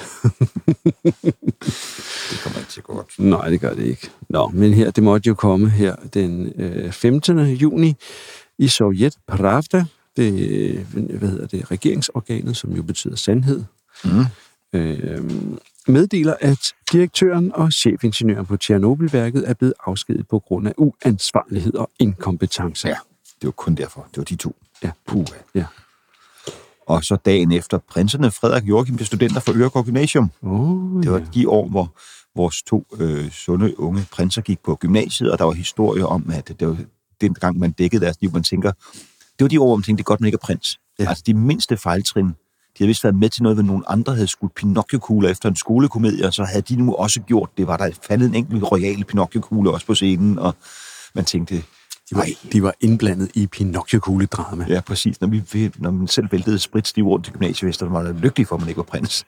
Det kommer ikke til godt. Nej, det gør det ikke. Nå, men her, det måtte jo komme her den øh, femtende juni i Sovjet Pravda, det, hvad hedder det, regeringsorganet, som jo betyder sandhed, mm. øh, meddeler, at direktøren og chefingeniøren på Tjernobylværket er blevet afskediget på grund af uansvarlighed og inkompetence. Ja, det var kun derfor. Det var de to. Ja, puh. Ja. Og så dagen efter, prinserne Frederik og Joachim blev studenter for Øregård Gymnasium. Oh, det var ja. de år, hvor vores to øh, sunde unge prinser gik på gymnasiet, og der var historier om, at det var den gang, man dækkede deres liv, man tænker, det var de år, hvor man tænkte, det er godt, man ikke er prins. Ja. Altså de mindste fejltrin, de havde vist været med til noget, hvor nogen andre havde skudt Pinocchio-kugler efter en skolekomedie, og så havde de nu også gjort det. Var der faldet en enkelt royal Pinocchio-kugle også på scenen, og man tænkte... De var, de var indblandet i Pinocchio-kugledrama. Ja, præcis. Når, vi, når man selv væltede spritstiv rundt til gymnasiefester, var man lykkelig for, at man ikke var prins.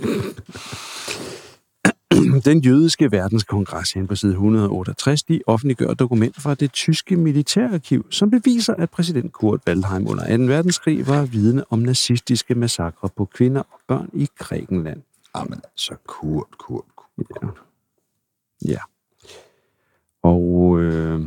Den jødiske verdenskongres hen på side et hundrede og otteogtres, de offentliggør dokumenter fra det tyske militærarkiv, som beviser, at præsident Kurt Waldheim under anden verdenskrig var vidne om nazistiske massakrer på kvinder og børn i Grækenland. Jamen altså, Kurt, Kurt, Kurt. Ja. ja. Og... Øh...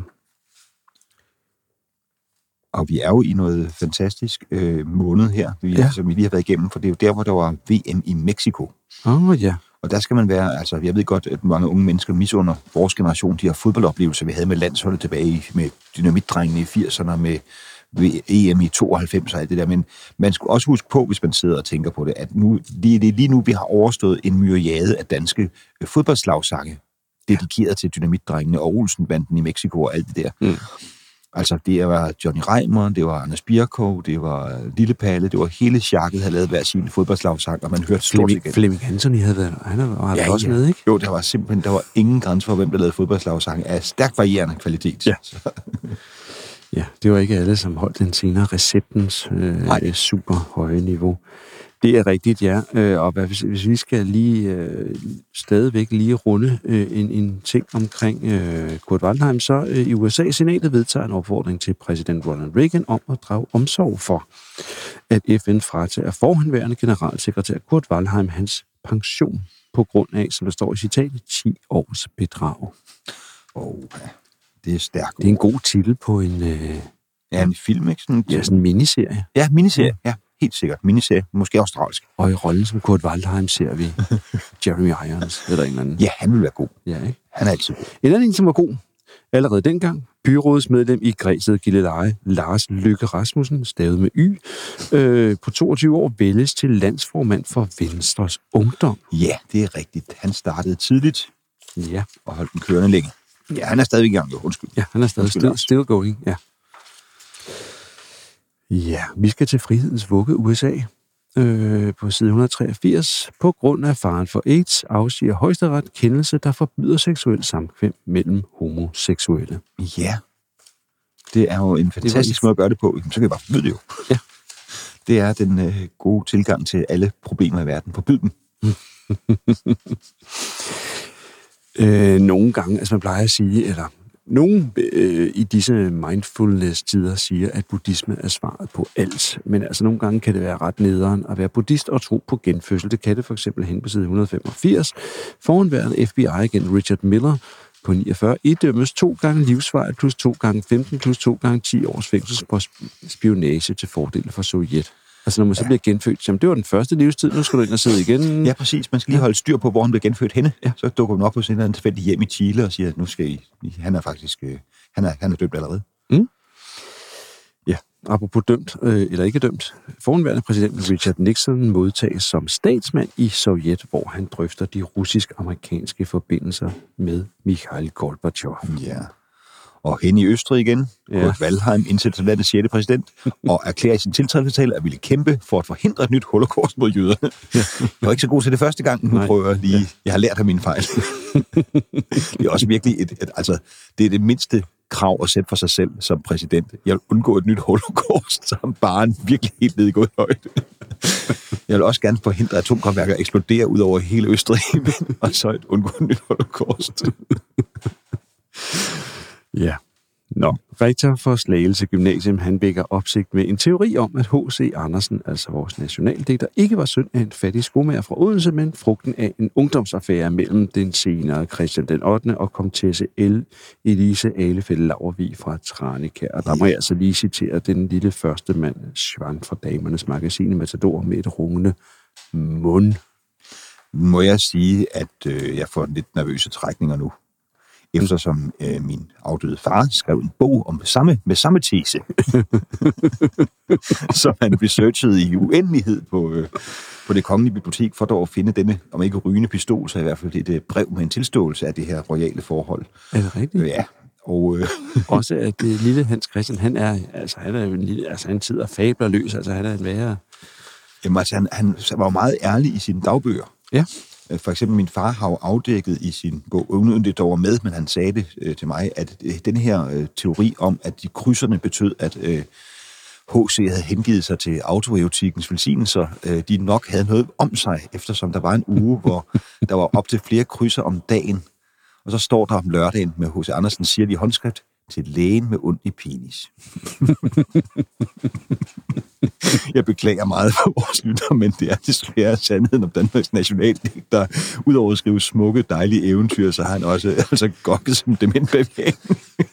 Og vi er jo i noget fantastisk øh, måned her, vi, ja. som vi lige har været igennem, for det er jo der, hvor der var V M i Mexico. Åh, oh, ja. Og der skal man være, altså jeg ved godt, at mange unge mennesker misunder vores generation, de her fodboldoplevelser, vi havde med landsholdet tilbage med dynamitdrengene i firserne, med E M i tooghalvfems og alt det der, men man skulle også huske på, hvis man sidder og tænker på det, at nu, det er lige nu, vi har overstået en myriade af danske fodboldslagsange, dedikeret til dynamitdrengene og Olsenbanden i Mexico og alt det der. Mm. Altså, det var Johnny Reimer, det var Anders Birkow, det var Lille Palle, det var hele sjakket, havde lavet hver sin fodboldslagssang, og man hørte stort igen. Flemming Hansen havde været, han var ja, også ja. med, ikke? Jo, der var simpelthen, der var ingen grænse for, hvem der lavede fodboldslagssang af stærkt varierende kvalitet. Ja. Ja, det var ikke alle, som holdt den senere receptens øh, super høje niveau. Det er rigtigt, ja. Og hvis, hvis vi skal lige øh, stadigvæk lige runde øh, en, en ting omkring øh, Kurt Waldheim, så øh, i U S A senatet vedtager en opfordring til præsident Ronald Reagan om at drage omsorg for, at F N fratager forhenværende generalsekretær Kurt Waldheim hans pension på grund af, som der står i citatet, ti års bedrag. Åh, oh, ja. Det er stærkt. Det er en god titel på en... Øh, ja, en film, ikke? Sådan, ja, sådan en miniserie. Ja, miniserie, ja. Helt sikkert. Miniserie, måske australsk. Og i rollen som Kurt Waldheim ser vi Jeremy Irons, eller en eller anden. Ja, han vil være god. Ja, ikke? Han er altid god. En anden, som var god allerede dengang, byrådsmedlem i Græsted Gilleleje, Lars Løkke Rasmussen, stavet med Y, øh, på toogtyve år vælges til landsformand for Venstres Ungdom. Ja, det er rigtigt. Han startede tidligt ja. og holdt den kørende længe. Ja, han er stadig i gang, jo. Undskyld. Ja, han er stadig still, still going, ja. Ja, vi skal til frihedens vugge U S A. øh, på side et hundrede treogfirs. På grund af faren for AIDS afsiger Højesteret kendelse, der forbyder seksuel samkvem mellem homoseksuelle. Ja, det er jo en fantastisk måde at gøre det på. Så kan vi bare forbyde det jo. Ja. Det er den øh, gode tilgang til alle problemer i verden. Forbyd dem. øh, nogle gange, altså man plejer at sige, eller nogen øh, i disse mindfulness-tider siger, at buddhisme er svaret på alt. Men altså nogle gange kan det være ret nederen at være buddhist og tro på genfødsel. Det kan det for eksempel hen på side et hundrede femogfirs. Foranværende F B I-agent Richard Miller på niogfyrre idømmes to gange livsvej plus to gange femten plus to gange ti års fængsel for spionage til fordel for Sovjet. Altså når man så ja. bliver genfødt, jamen det var den første livstid, nu skal du ind og sidde igen. Ja, præcis. Man skal lige holde styr på, hvor han blev genfødt henne. Ja. Så dukker man op på sådan en tilfældig hjem i Chile og siger, at nu skal I, han er faktisk, han er, han er dømt allerede. Mm. Ja, apropos dømt, øh, eller ikke dømt, forhenværende præsident Richard Nixon modtages som statsmand i Sovjet, hvor han drøfter de russisk-amerikanske forbindelser med Mikhail Gorbachev. Ja. Og hen i Østrig igen, ja. Kurt Waldheim indsætter som landets sjette præsident, og erklærer i sin tiltrædelsestale at ville kæmpe for at forhindre et nyt holocaust mod jøderne. Jeg var ikke så god til det første gang, nu prøver jeg lige, jeg har lært af mine fejl. Det er også virkelig et, et, altså, det er det mindste krav at sætte for sig selv som præsident. Jeg vil undgå et nyt holocaust, som barn virkelig helt ned i god højde. Jeg vil også gerne forhindre, at atomkraftværker eksploderer ud over hele Østrig, og så et undgå et nyt holocaust. Ja. Nå, rektor for Slagelse Gymnasium, han vækker opsigt med en teori om, at H C Andersen, altså vores nationaldigter, ikke var søn af en fattig skomager fra Odense, men frugten af en ungdomsaffære mellem den senere Christian den ottende og komtesse El Elise Ahlefeldt Laurvig fra Tranekær. Og der må jeg altså lige citere den lille første mand, Schwan fra Damernes Magasin i Matador, med et rungende mund. Må jeg sige, at øh, jeg får lidt nervøse trækninger nu. Eftersom øh, min afdøde far skrev en bog om samme, med samme tese, som han researchede i uendelighed på, øh, på det kongelige bibliotek, for dog at finde denne, om ikke rygende pistol, så i hvert fald et øh, brev med en tilståelse af det her royale forhold. Er det rigtigt? Ja. Og, øh, også at det lille Hans Christian, han er, altså han er en lille, altså han sidder fablerløs, altså han er en værre. Jamen altså, han, han var jo meget ærlig i sine dagbøger. Ja. For eksempel min far har jo afdækket i sin bog, uden det dog var med, men han sagde det øh, til mig, at øh, den her øh, teori om, at de krydserne betød, at øh, H C havde hengivet sig til autoerotikkens velsignelser, øh, de nok havde noget om sig, eftersom der var en uge, hvor der var op til flere krydser om dagen. Og så står der om lørdagen med H C Andersen, siger de i håndskrift, til lægen med ondt i penis. Jeg beklager meget for vores lytter, men det er desværre sandheden om Danmarks nationaldigter. Udover at skrive smukke, dejlige eventyr, så har han også altså gokket som dement bag væggen.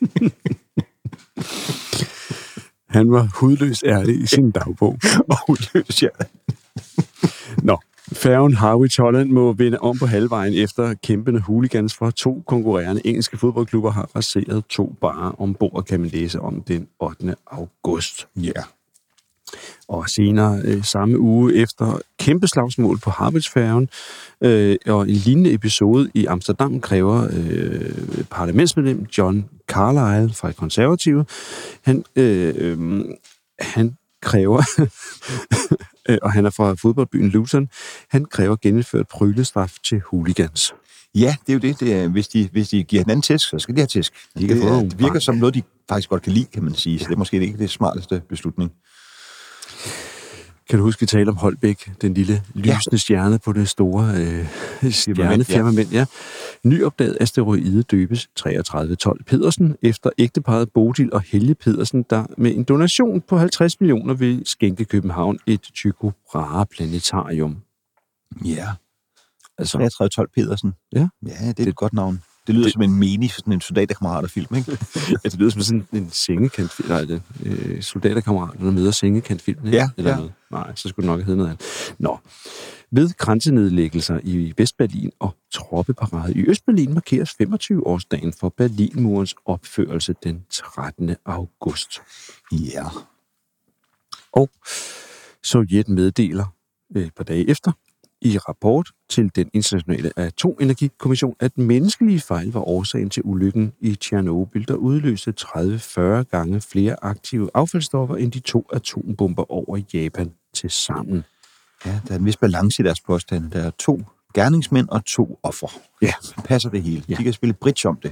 Han var hudløs ærlig i sin dagbog. Og hudløs, ja. Nå. Færgen Harwich Holland må vende om på halvvejen efter kæmpende hooligans fra to konkurrerende engelske fodboldklubber har raseret to barer ombord, kan man læse om den ottende august. Ja. Yeah. Og senere øh, samme uge efter kæmpe slagsmål på Harwich-færgen øh, og en lignende episode i Amsterdam kræver øh, parlamentsmedlem John Carlyle fra Konservative. Han, øh, øh, han kræver... og han er fra fodboldbyen Luton, han kræver genindført pryglestraf til hooligans. Ja, det er jo det. det er, hvis, de, hvis de giver hinanden tæsk, så skal de have tæsk. De det, er, det virker bank. Som noget, de faktisk godt kan lide, kan man sige. Så ja. Det er måske ikke det smarteste beslutning. Kan du huske, vi talte om Holbæk, den lille lysende ja. stjerne på det store øh, stjernefirmament? Ja. Ja. Nyopdaget asteroide døbes treogtredive tolv Pedersen efter ægteparret Bodil og Helge Pedersen, der med en donation på halvtreds millioner vil skænke København et Tycho Brahe planetarium. Ja, altså treogtredive tolv Pedersen. Ja. Ja, det er det, et godt navn. Det lyder det, som en menig, sådan en soldaterkammeraterfilm, ikke? Ja, det lyder som sådan en sengekantfilm. Nej, det øh, soldaterkammerater, der møder sengekantfilm, ikke? Ja, eller ja. Noget. Nej, så skulle det nok have heddet noget andet. Nå. Ved grænsenedlæggelser i Vestberlin og troppeparade i Østberlin markeres femogtyve-årsdagen for Berlinmurens opførelse den trettende august. Ja. Og Sovjet meddeler et par dage efter, i rapport til den internationale atomenergikommission, at menneskelige fejl var årsagen til ulykken i Tjernobyl, der udløste tredive til fyrre gange flere aktive affaldsstoffer end de to atombomber over Japan til sammen. Ja, der er en vis balance i deres påstande. Der er to gerningsmænd og to offer. Ja. Så passer det hele. Ja. De kan spille bridge om det.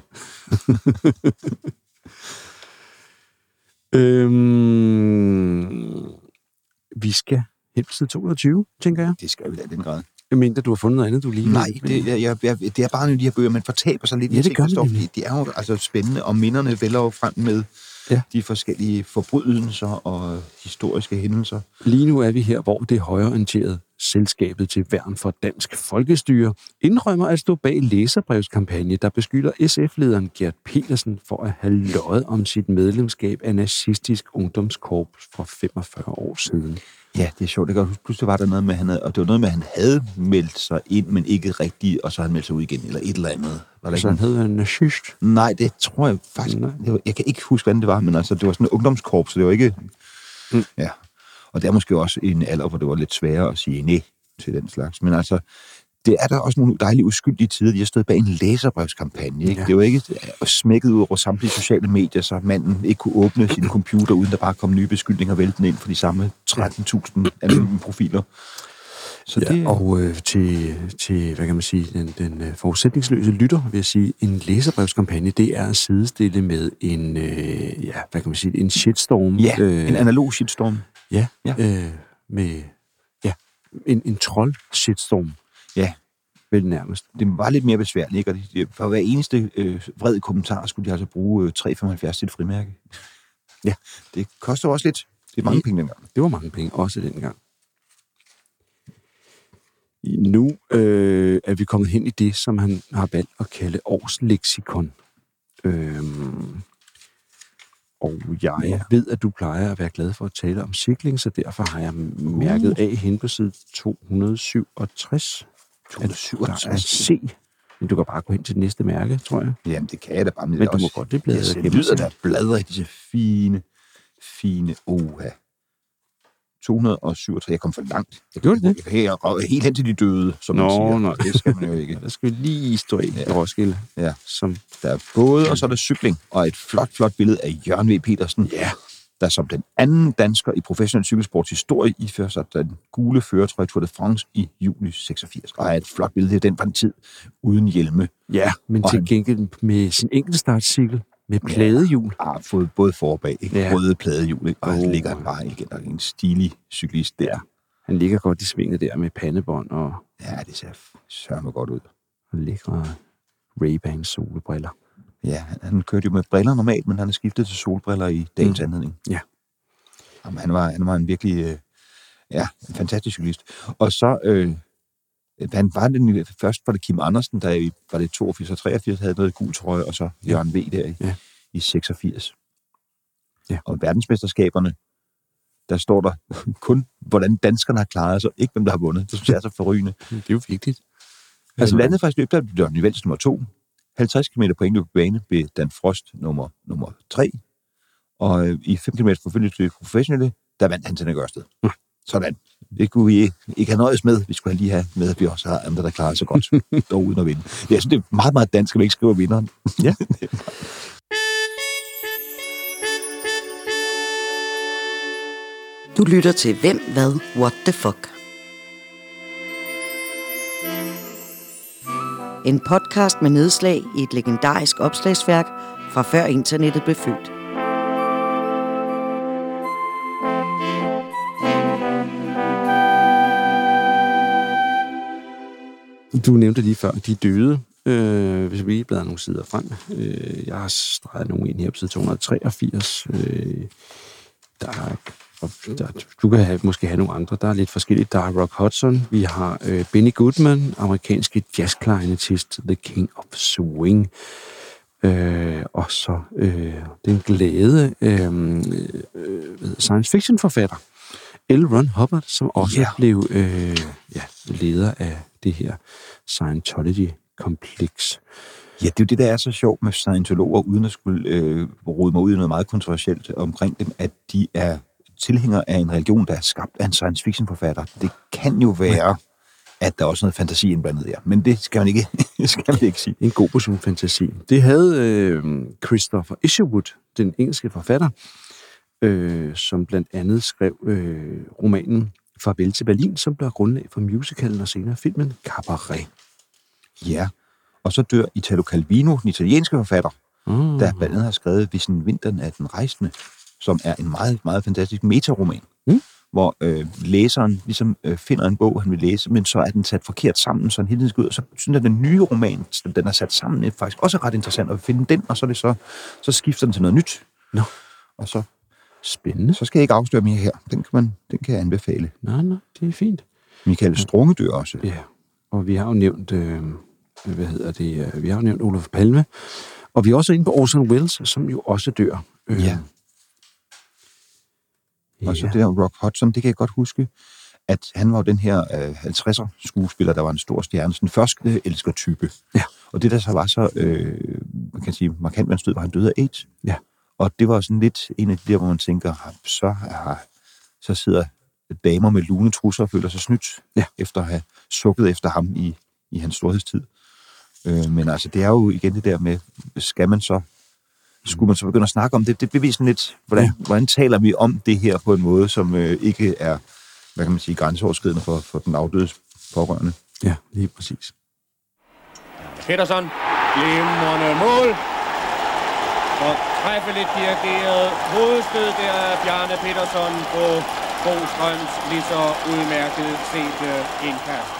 øhm, vi skal hen på side to hundrede og tyve, tænker jeg. Det skal vi da i den grad. Jeg mente, at du har fundet noget andet, du lige... Nej, det, jeg, jeg, jeg, det er bare nogle af de her bøger, man fortaber sig lidt i. Ja, det gør står, man de, de er jo altså spændende, og minderne vælger jo frem med ja. de forskellige forbrydelser og historiske hændelser. Lige nu er vi her, hvor det højreorienterede Selskabet til Værn for Dansk Folkestyre indrømmer at stå bag læserbrevskampagne, der beskylder S F-lederen Gert Petersen for at have løjet om sit medlemskab af Nazistisk Ungdomskorps for femogfyrre år siden. Ja, det er sjovt. Det kan pludselig var der noget med, han havde, og det var noget med, at han havde meldt sig ind, men ikke rigtigt, og så havde han meldt sig ud igen, eller et eller andet. Var der så ikke han hed en nazist? Nej, det tror jeg faktisk... Det var, jeg kan ikke huske, hvordan det var, men altså, det var sådan en ungdomskorps, så det var ikke... Mm. Ja. Og det er måske også en alder, hvor det var lidt sværere at sige nej til den slags. Men altså, det er der også nogle dejlige uskyldige tider. De har stået bag en læserbrevskampagne. Ikke? Ja. Det var ikke smækket ud over samtlige sociale medier, så manden ikke kunne åbne sin computer, uden der bare kom nye beskyldninger væltende ind for de samme tretten tusind anonyme profiler. Så ja, det... Og øh, til, til, hvad kan man sige, den, den øh, forudsætningsløse lytter, vil jeg sige, en læserbrevskampagne, det er at sidestille med en, øh, ja, hvad kan man sige, en shitstorm. Ja, øh, en analog shitstorm. Ja, ja. Øh, med ja, en, en trold-shitstorm. Ja. Vel nærmest. Det var lidt mere besværligt, ikke? Og det, for hver eneste øh, vred kommentar skulle de altså bruge øh, tre komma femoghalvfjerds til et frimærke. Ja, det koster også lidt. Det er mange det, penge dengang. Det var mange penge, også dengang. Nu øh, er vi kommet hen i det, som han har valgt at kalde årsleksikon. Øhm, og jeg ja. ved, at du plejer at være glad for at tale om cykling, så derfor har jeg mærket uh. af hen på side to hundrede syvogtres. to hundrede syvogtres? At se. Men du kan bare gå hen til det næste mærke, tror jeg. Jamen, det kan jeg da bare. Men, men du må godt det bladre. Jeg lyder der bladre i disse fine, fine oha. to hundrede syvogtres. Jeg kom for langt. Jeg Gjorde det? Jeg kan helt hen til de døde, som nå, man siger. Nå, det skal man jo ikke. Der skal vi lige stå i ja. Roskilde. Ja. Som... Der er både, og så er der cykling, og et flot, flot billede af Jørgen V. Petersen, ja. der som den anden dansker i professionel cykelsports historie ifører sig den gule førertrøje Tour de France i juli seksogfirs. Og er et flot billede af den fra en tid uden hjelme. Ja, men og til han... gengæld med sin enkeltstartcykel. Med pladehjul. Ja, har fået både for og bag, ikke? Ja. Røde pladehjul, ikke? Og oh. han ligger bare igen, der er en stilig cyklist der. Ja. Han ligger godt i svinget der med pandebånd og... Ja, det ser sørme godt ud. Og lækre Ray-Ban solbriller. Ja, han kørte jo med briller normalt, men han har skiftet til solbriller i dagens mm. anledning. Ja. Jamen, han var, han var en virkelig, øh, ja, en fantastisk cyklist. Og så... Øh, Han var den, først var det Kim Andersen, der i, var det toogfirs og treogfirs, havde noget gul trøje, og så Jørgen V. der i, ja. i seksogfirs. Ja. Og verdensmesterskaberne, der står der kun, hvordan danskerne har klaret sig, ikke hvem der har vundet. Det synes jeg er så forrygende. Det er jo vigtigt. Altså landet faktisk løb, der blev Jørgen Vels nummer to. halvtreds kilometer point på bane blev Dan Frost nummer, nummer tre. Og øh, i fem kilometer forfølgelse professionelle, der vandt han til den Ørsted. Ja. Sådan. Det kunne vi ikke have nøjes med. Vi skulle lige have med, at vi også har andre, der klarer sig godt, dog uden at vinde. Jeg synes, det er meget, meget dansk, at vi ikke skriver vinderen. Ja. Du lytter til Hvem, Hvad, What the Fuck. En podcast med nedslag i et legendarisk opslagsværk fra før internettet blev født. Du nævnte lige før, de døde. Øh, hvis vi bladrer nogle sider frem. Øh, jeg har streget nogle ind her på side to hundrede treogfirs. Øh, der er, der, du kan have, måske have nogle andre. Der er lidt forskelligt. Der er Rock Hudson. Vi har øh, Benny Goodman, amerikanske jazzklarinettist, The King of Swing. Øh, og så øh, den glade øh, øh, science fiction forfatter, L. Ron Hubbard, som også yeah. blev øh, ja, leder af det her Scientology-kompleks. Ja, det er jo det, der er så sjovt med scientologer, uden at skulle øh, rode mig ud i noget meget kontroversielt omkring dem, at de er tilhængere af en religion, der er skabt af en science fiction-forfatter. Det kan jo være, ja. at der er også noget fantasi indblandet der, men det skal man ikke, skal man ikke sige. En god portion fantasi. Det havde øh, Christopher Isherwood, den engelske forfatter, øh, som blandt andet skrev øh, romanen Farvel til Berlin, som blev grundlag for musicalen og senere filmen Cabaret. Ja, og så dør Italo Calvino, den italienske forfatter, Mm. der blandt andet har skrevet Hvis en vinteren af den rejsende, som er en meget, meget fantastisk metaroman, Mm. hvor øh, læseren ligesom øh, finder en bog, han vil læse, men så er den sat forkert sammen, så han hele tiden skal ud, og så synes jeg, at den nye roman, den er sat sammen, er faktisk også ret interessant at finde den, og så, er det så, så skifter den til noget nyt. Nå. Og så, Spændende. så skal jeg ikke afsløre mere her. Den kan, man, den kan jeg anbefale. Nej, nej, det er fint. Michael Strunge dør også. Ja, og vi har jo nævnt, øh, hvad hedder det, vi har jo nævnt Olof Palme, og vi er også inde på Orson Welles, som jo også dør. Øh, Ja. Og så det der Rock Hudson, det kan jeg godt huske, at han var jo den her øh, halvtredser skuespiller, der var en stor stjerne, sådan en første elsker-type. Ja. Og det, der så var så, øh, man kan sige, markant ved hans død, var han døde af AIDS. Ja. Og det var sådan lidt en af de der, hvor man tænker, så, er, så sidder damer med lunetrusser og føler sig snydt, ja. efter at have sukket efter ham i, i hans storhedstid. Øh, men altså, det er jo igen det der med, skal man så skulle man så begynde at snakke om det? Det beviser lidt, hvordan, ja. hvordan taler vi om det her på en måde, som øh, ikke er, hvad kan man sige, grænseoverskridende for, for den afdødes pårørende. Ja, lige præcis. Peterson, glimrende mål. Og træffeligt dirigeret hovedstød der af Bjarne Peterson på Bostrøms lige så udmærket set uh, indkast.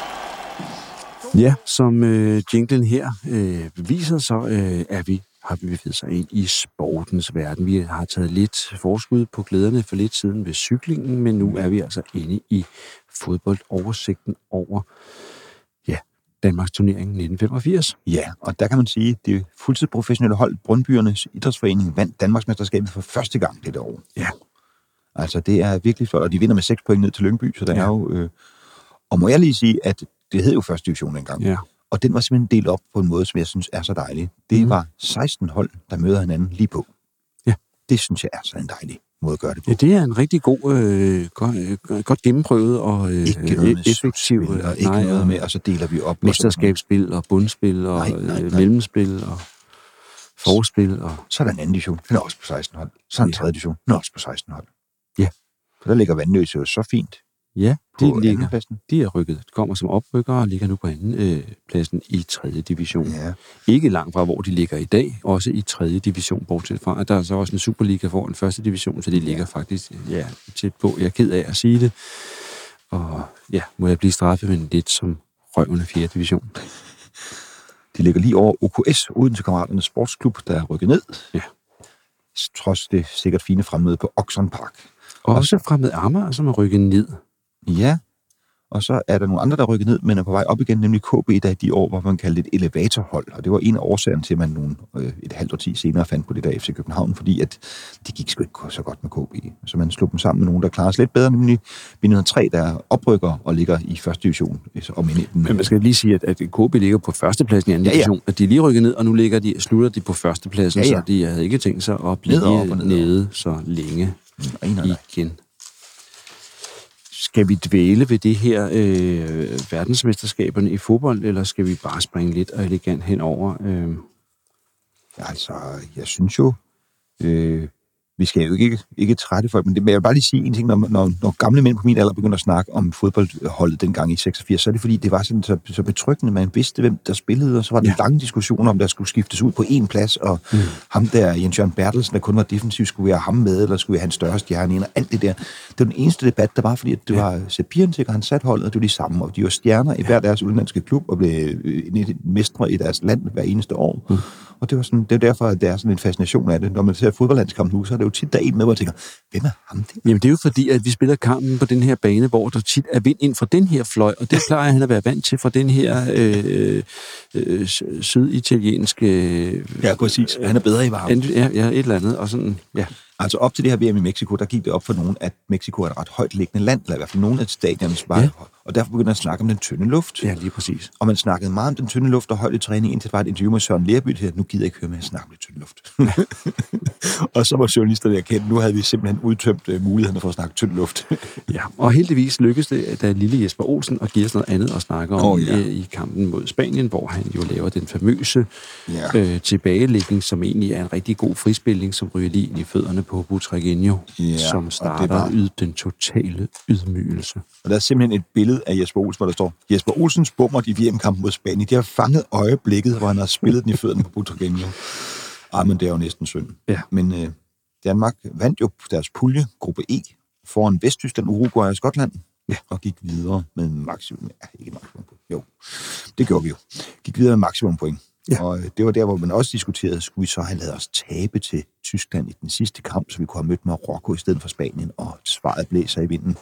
Ja, som øh, jinglen her øh, beviser, så øh, er vi har vi bevæget sig ind i sportens verden. Vi har taget lidt forskud på glæderne for lidt siden ved cyklingen, men nu er vi altså inde i fodboldoversigten over ja, Danmarks turnering nitten femogfirs. Ja, og der kan man sige, at det fuldtidsprofessionelle hold, Brøndbyernes Idrætsforening, vandt Danmarksmesterskabet for første gang dette år. Ja. Altså, det er virkelig flot, og de vinder med seks point ned til Lyngby, så der ja. er jo... Øh, og må jeg lige sige, at det hed jo første division dengang. Ja. Og den var simpelthen delt op på en måde, som jeg synes er så dejlig. Det mm. var seksten hold, der møder hinanden lige på. Ja. Det synes jeg er så en dejlig måde at gøre det på. Ja, det er en rigtig god, øh, godt, øh, godt gennemprøvet og øh, ikke noget med effektiv. Og ikke nej, noget med, og så deler vi op. Mesterskabsspil og bundspil og nej, nej, nej. mellemspil og forspil. Og... Så er der en anden division. Den er også på seksten hold. Så er der en tredje division. Den er også på seksten hold. Ja. For der ligger Vandløse jo så fint. Ja, de, ligger, pladsen. de er rykket. De kommer som oprykkere og ligger nu på anden øh, pladsen i tredje division. Ja. Ikke langt fra, hvor de ligger i dag. Også i tredje division, bortset fra, at der er så også en Superliga for en første division, så de ligger ja. faktisk ja, tæt på. Jeg er ked af at sige det. Og ja, må jeg blive straffet med lidt som røvende fjerde division. De ligger lige over O K S, Odense Kammeraternes Sportsklub, der er rykket ned. Ja. Trods det sikkert fine fremmøde på Oxon Park. Og også fremmed Amager, som er rykket ned. Ja, og så er der nogle andre, der rykker ned, men er på vej op igen, nemlig K B, der i de år, hvor man kaldte et elevatorhold. Og det var en af årsagerne til, at man nogle, øh, et halvt årti senere fandt på det der F C København, fordi at det gik sgu ikke så godt med K B. Så man slog dem sammen med nogen, der klarer sig lidt bedre, nemlig B nul tre, der oprykker og ligger i første division. Om men man skal lige sige, at, at K B ligger på førstepladsen i anden ja, ja. division. At de lige rykker ned, og nu ligger de, slutter de på førstepladsen, ja, ja. så de havde ikke tænkt sig at blive ned nede så længe mm, igen. Skal vi dvæle ved det her øh, verdensmesterskaberne i fodbold, eller skal vi bare springe lidt og elegant henover? Øh? Ja, altså, jeg synes jo, øh, vi skal jo ikke, ikke trætte folk, men det, jeg vil bare lige sige en ting, når, når, når gamle mænd på min alder begynder at snakke om fodboldholdet dengang i seksogfirs, så er det fordi, det var sådan så, så betryggende, man vidste, hvem der spillede, og så var der ja. lange diskussioner om, der skulle skiftes ud på én plads, og mm. ham der, Jens Jørgen Bertelsen, der kun var defensiv, skulle vi have ham med, eller skulle vi have en større stjerne ind, og alt det der. Det var den eneste debat, der var, fordi at det ja. var Sepirentik, og han satte holdet, og det var de samme, og de var stjerner i ja. hver deres udenlandske klub, og blev mestre i deres land hver eneste år. Mm. Og det var sådan, det er derfor, at der er sådan en fascination af det. Når man ser fodboldlandskamp nu, så er det jo tit, der er en med, hvor jeg tænker, hvem er ham det? Jamen det er jo fordi, at vi spiller kampen på den her bane, hvor der tit er vind ind fra den her fløj, og det plejer han at være vant til fra den her øh, øh, syditalienske... Ja, præcis. Han er bedre i varmen. Ja, ja, et eller andet, og sådan, ja. Altså op til det her V M i Mexico, der gik det op for nogen, at Mexico er et ret højt liggende land, eller i hvert fald nogle af stadionerne var, ja. og derfor begyndte man at snakke om den tynde luft. Ja, lige præcis. Og man snakkede meget om den tynde luft og højde træning, indtil det var et interview med Søren Lerby til, at nu gider jeg ikke høre med at snakke om den tynde luft. Og så var journalisterne erkendt, nu havde vi simpelthen udtømt uh, mulighederne for at snakke tynd luft. Ja, og heldigvis lykkedes det, da lille Jesper Olsen og giver os noget andet at snakke om oh, ja. i, i kampen mod Spanien, hvor han jo laver den famøse ja. øh, tilbagelægning, som egentlig er en rigtig god frispilling, som ryger lige ind i fødderne sporene på Butragueño, Ja, som og starter det var- yd, den totale ydmygelse. Og der er simpelthen et billede af Jesper Olsen, hvor der står, Jesper Olsens bommer i V M-kampen mod Spanien. De har fanget øjeblikket, hvor han har spillet den i fødderne på Butragueño. Ah, men det er jo næsten synd. Ja. Men øh, Danmark vandt jo deres pulje, gruppe E, foran Vesttyskland, Uruguay og Skotland. Ja, og gik videre med maksimum. Ja, ikke maksimum point. Jo, det gjorde vi jo. Gik videre med maksimum point. Ja. Og øh, det var der, hvor man også diskuterede, skulle vi så have lavet os tabe til Tyskland i den sidste kamp, så vi kunne have mødt Marokko i stedet for Spanien, og svaret blæser i vinden.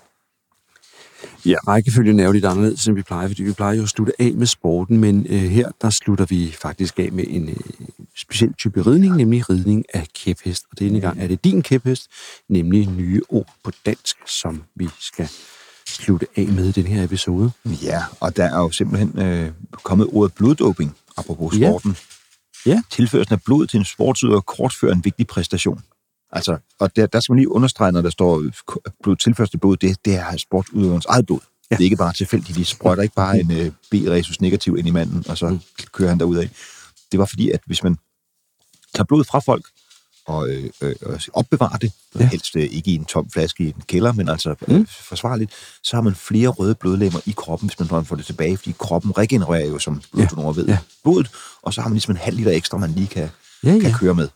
Ja, rækkefølgen er jo lidt anderledes, end vi plejer, fordi vi plejer jo at slutte af med sporten, men øh, her, der slutter vi faktisk af med en øh, speciel type ridning, nemlig ridning af kæphest. Og denne gang er det din kæphest, nemlig nye ord på dansk, som vi skal slutte af med i den her episode. Ja, og der er jo simpelthen øh, kommet ordet bloddoping, apropos Ja. sporten. Ja. Tilførelsen af blod til en sportsudøver kortfører en vigtig præstation. Altså, og der, der skal man lige understrege, når der står blod, tilførsel af blod, det, det er sportsudøverens eget blod. Ja. Det er ikke bare tilfældigt. De sprøjter ikke bare en øh, B-resus negativ ind i manden, og så mm. kører han derudad. Det var fordi, at hvis man tager blod fra folk, og øh, øh, opbevarer det, ja. helst øh, ikke i en tom flaske i en kælder, men altså øh, mm. forsvarligt, så har man flere røde blodlemmer i kroppen, hvis man får det tilbage, fordi kroppen regenererer jo, som bloddonorer ved, ja. blodet, og så har man ligesom en halv liter ekstra, man lige kan, ja, ja. kan køre med.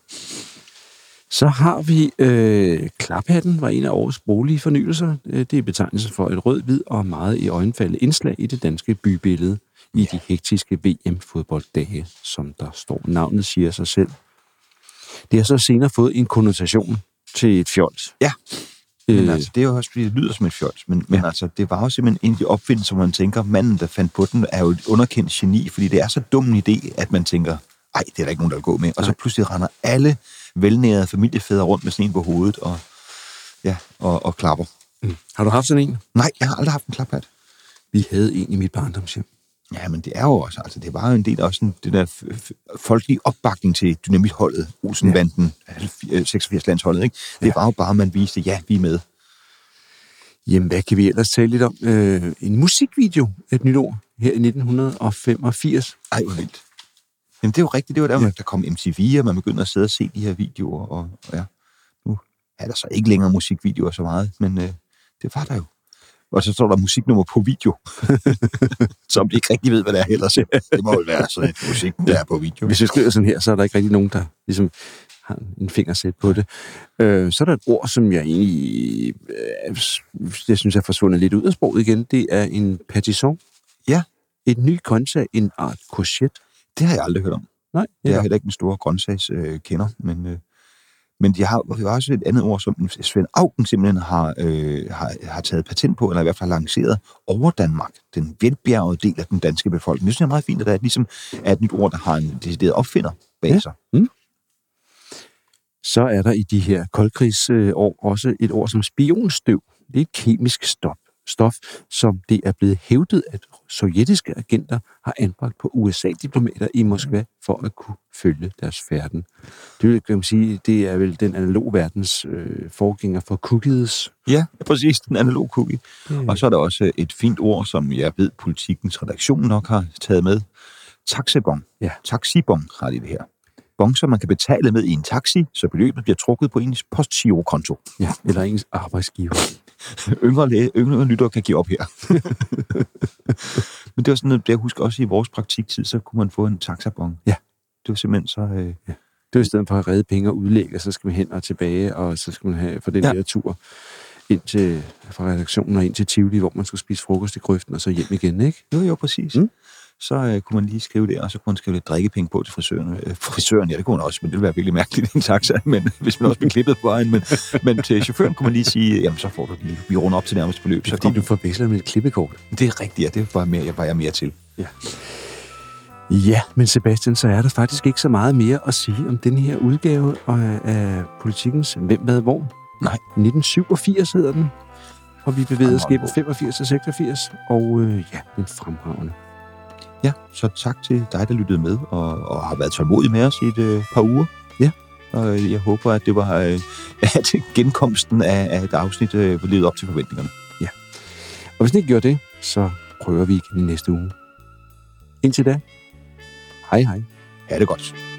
Så har vi øh, klaphatten, var en af årets sproglige fornyelser. Det er betegnelsen for et rød, hvid og meget i øjenfaldende indslag i det danske bybillede i ja. de hektiske V M-fodbolddage, som der står. Navnet siger sig selv. Det har så senere fået en konnotation til et fjols. Ja, øh, men altså, det er jo også, fordi det lyder som et fjols, men, men altså, det var jo simpelthen en af de opfindelser, hvor man tænker, manden, der fandt på den, er jo et underkendt geni, fordi det er så dum en idé, at man tænker, ej, det er der ikke nogen, der vil gå med. Og så pludselig render alle velnærede familiefædre rundt med sådan en på hovedet og, ja, og, og klapper. Mm. Har du haft sådan en? Nej, jeg har aldrig haft en klaphat. Vi havde en i mit barndomshjem. Ja, men det er jo også, altså det var jo en del af også sådan, det der f- f- folkelige opbakning til dynamitholdet, Olsenbanden, ja. seksogfirs-landsholdet, ikke? Det ja. var jo bare, at man viste, ja, vi er med. Jamen, hvad kan vi ellers tale lidt om? Øh, en musikvideo, et nyt ord, her i nitten femogfirs. Ej, hvor vildt. Jamen, det er jo rigtigt, det var der, ja. der kom M T V, og man begyndte at sidde og se de her videoer, og, og ja, nu er der så ikke længere musikvideoer så meget, men øh, det var der jo. Og så står der musiknummer på video, som de ikke rigtig ved, hvad det er heller. Det må jo være sådan et musik, der er på video. Hvis vi skriver sådan her, så er der ikke rigtig nogen, der ligesom har en fingersæt på det. Øh, så er der et ord, som jeg egentlig, øh, jeg synes er forsvundet lidt ud af sproget igen. Det er en patisson. Ja. Et ny grøntsag, en art courgette. Det har jeg aldrig hørt om. Nej. Det er heller ikke en stor grøntsagskender, men... Øh, Men de har jo også et andet ord, som Svend Auken simpelthen har, øh, har, har taget patent på, eller i hvert fald lanceret over Danmark, den velbjergede del af den danske befolkning. Det synes jeg er meget fint, at der er, ligesom, er et nyt ord, der har en decideret opfinder bag ja. sig. Mm. Så er der i de her koldkrigsår også et ord som spionstøv. Det er et kemisk stof, stof, som det er blevet hævdet, at sovjetiske agenter har anbragt på U S A-diplomater i Moskva for at kunne følge deres færden. Det kan man sige, det er vel den analog verdens øh, forgænger for cookies. Ja, præcis, den analog cookie. Mm. Og så er der også et fint ord, som jeg ved, Politikens redaktion nok har taget med. Taxibon. Ja. Taxibon har de det her. Bon, som man kan betale med i en taxi, så beløbet bliver trukket på ens postgirokonto. Ja, eller ens arbejdsgiver. Yngre, læge, yngre lyttere kan give op her. Men det var sådan, at jeg husker også i vores praktiktid, så kunne man få en taxabon. Ja. Det var simpelthen så... Øh... Ja. Det var i stedet for at redde penge og udlægge, og så skal man hen og tilbage, og så skal man have for den ja. der tur ind til, fra redaktionen og ind til Tivoli, hvor man skulle spise frokost i grøften, og så hjem igen, ikke? Jo, jo, præcis. Mm. Så øh, kunne man lige skrive det, og så kunne man skrive lidt drikkepenge på til frisøren. Øh, frisøren, ja, det kunne man også, men det ville være virkelig mærkeligt i en taxa, men, hvis man også blev klippet på vejen. Men, men til chaufføren kunne man lige sige, jamen så får du lige, vi runder op til nærmeste beløb. Det er fordi, du forveksler med et klippekort. Det er rigtigt, ja, det var, mere, jeg var jeg mere til. Ja. Ja, men Sebastian, så er der faktisk ikke så meget mere at sige om den her udgave af Politikens Hvem, Hvad, Hvor? Nej. nitten syvogfirs hedder den, og vi bevæger os gennem femogfirs og seksogfirs, og øh, ja, den fremragende. Ja, så tak til dig, der lyttede med, og, og har været tålmodig med os i et øh, par uger. Ja. Og jeg håber, at det var øh, at genkomsten af, af et afsnit øh, levede op til forventningerne. Ja. Og hvis den ikke gjorde det, så prøver vi igen i næste uge. Indtil da, hej hej. Ha' det godt.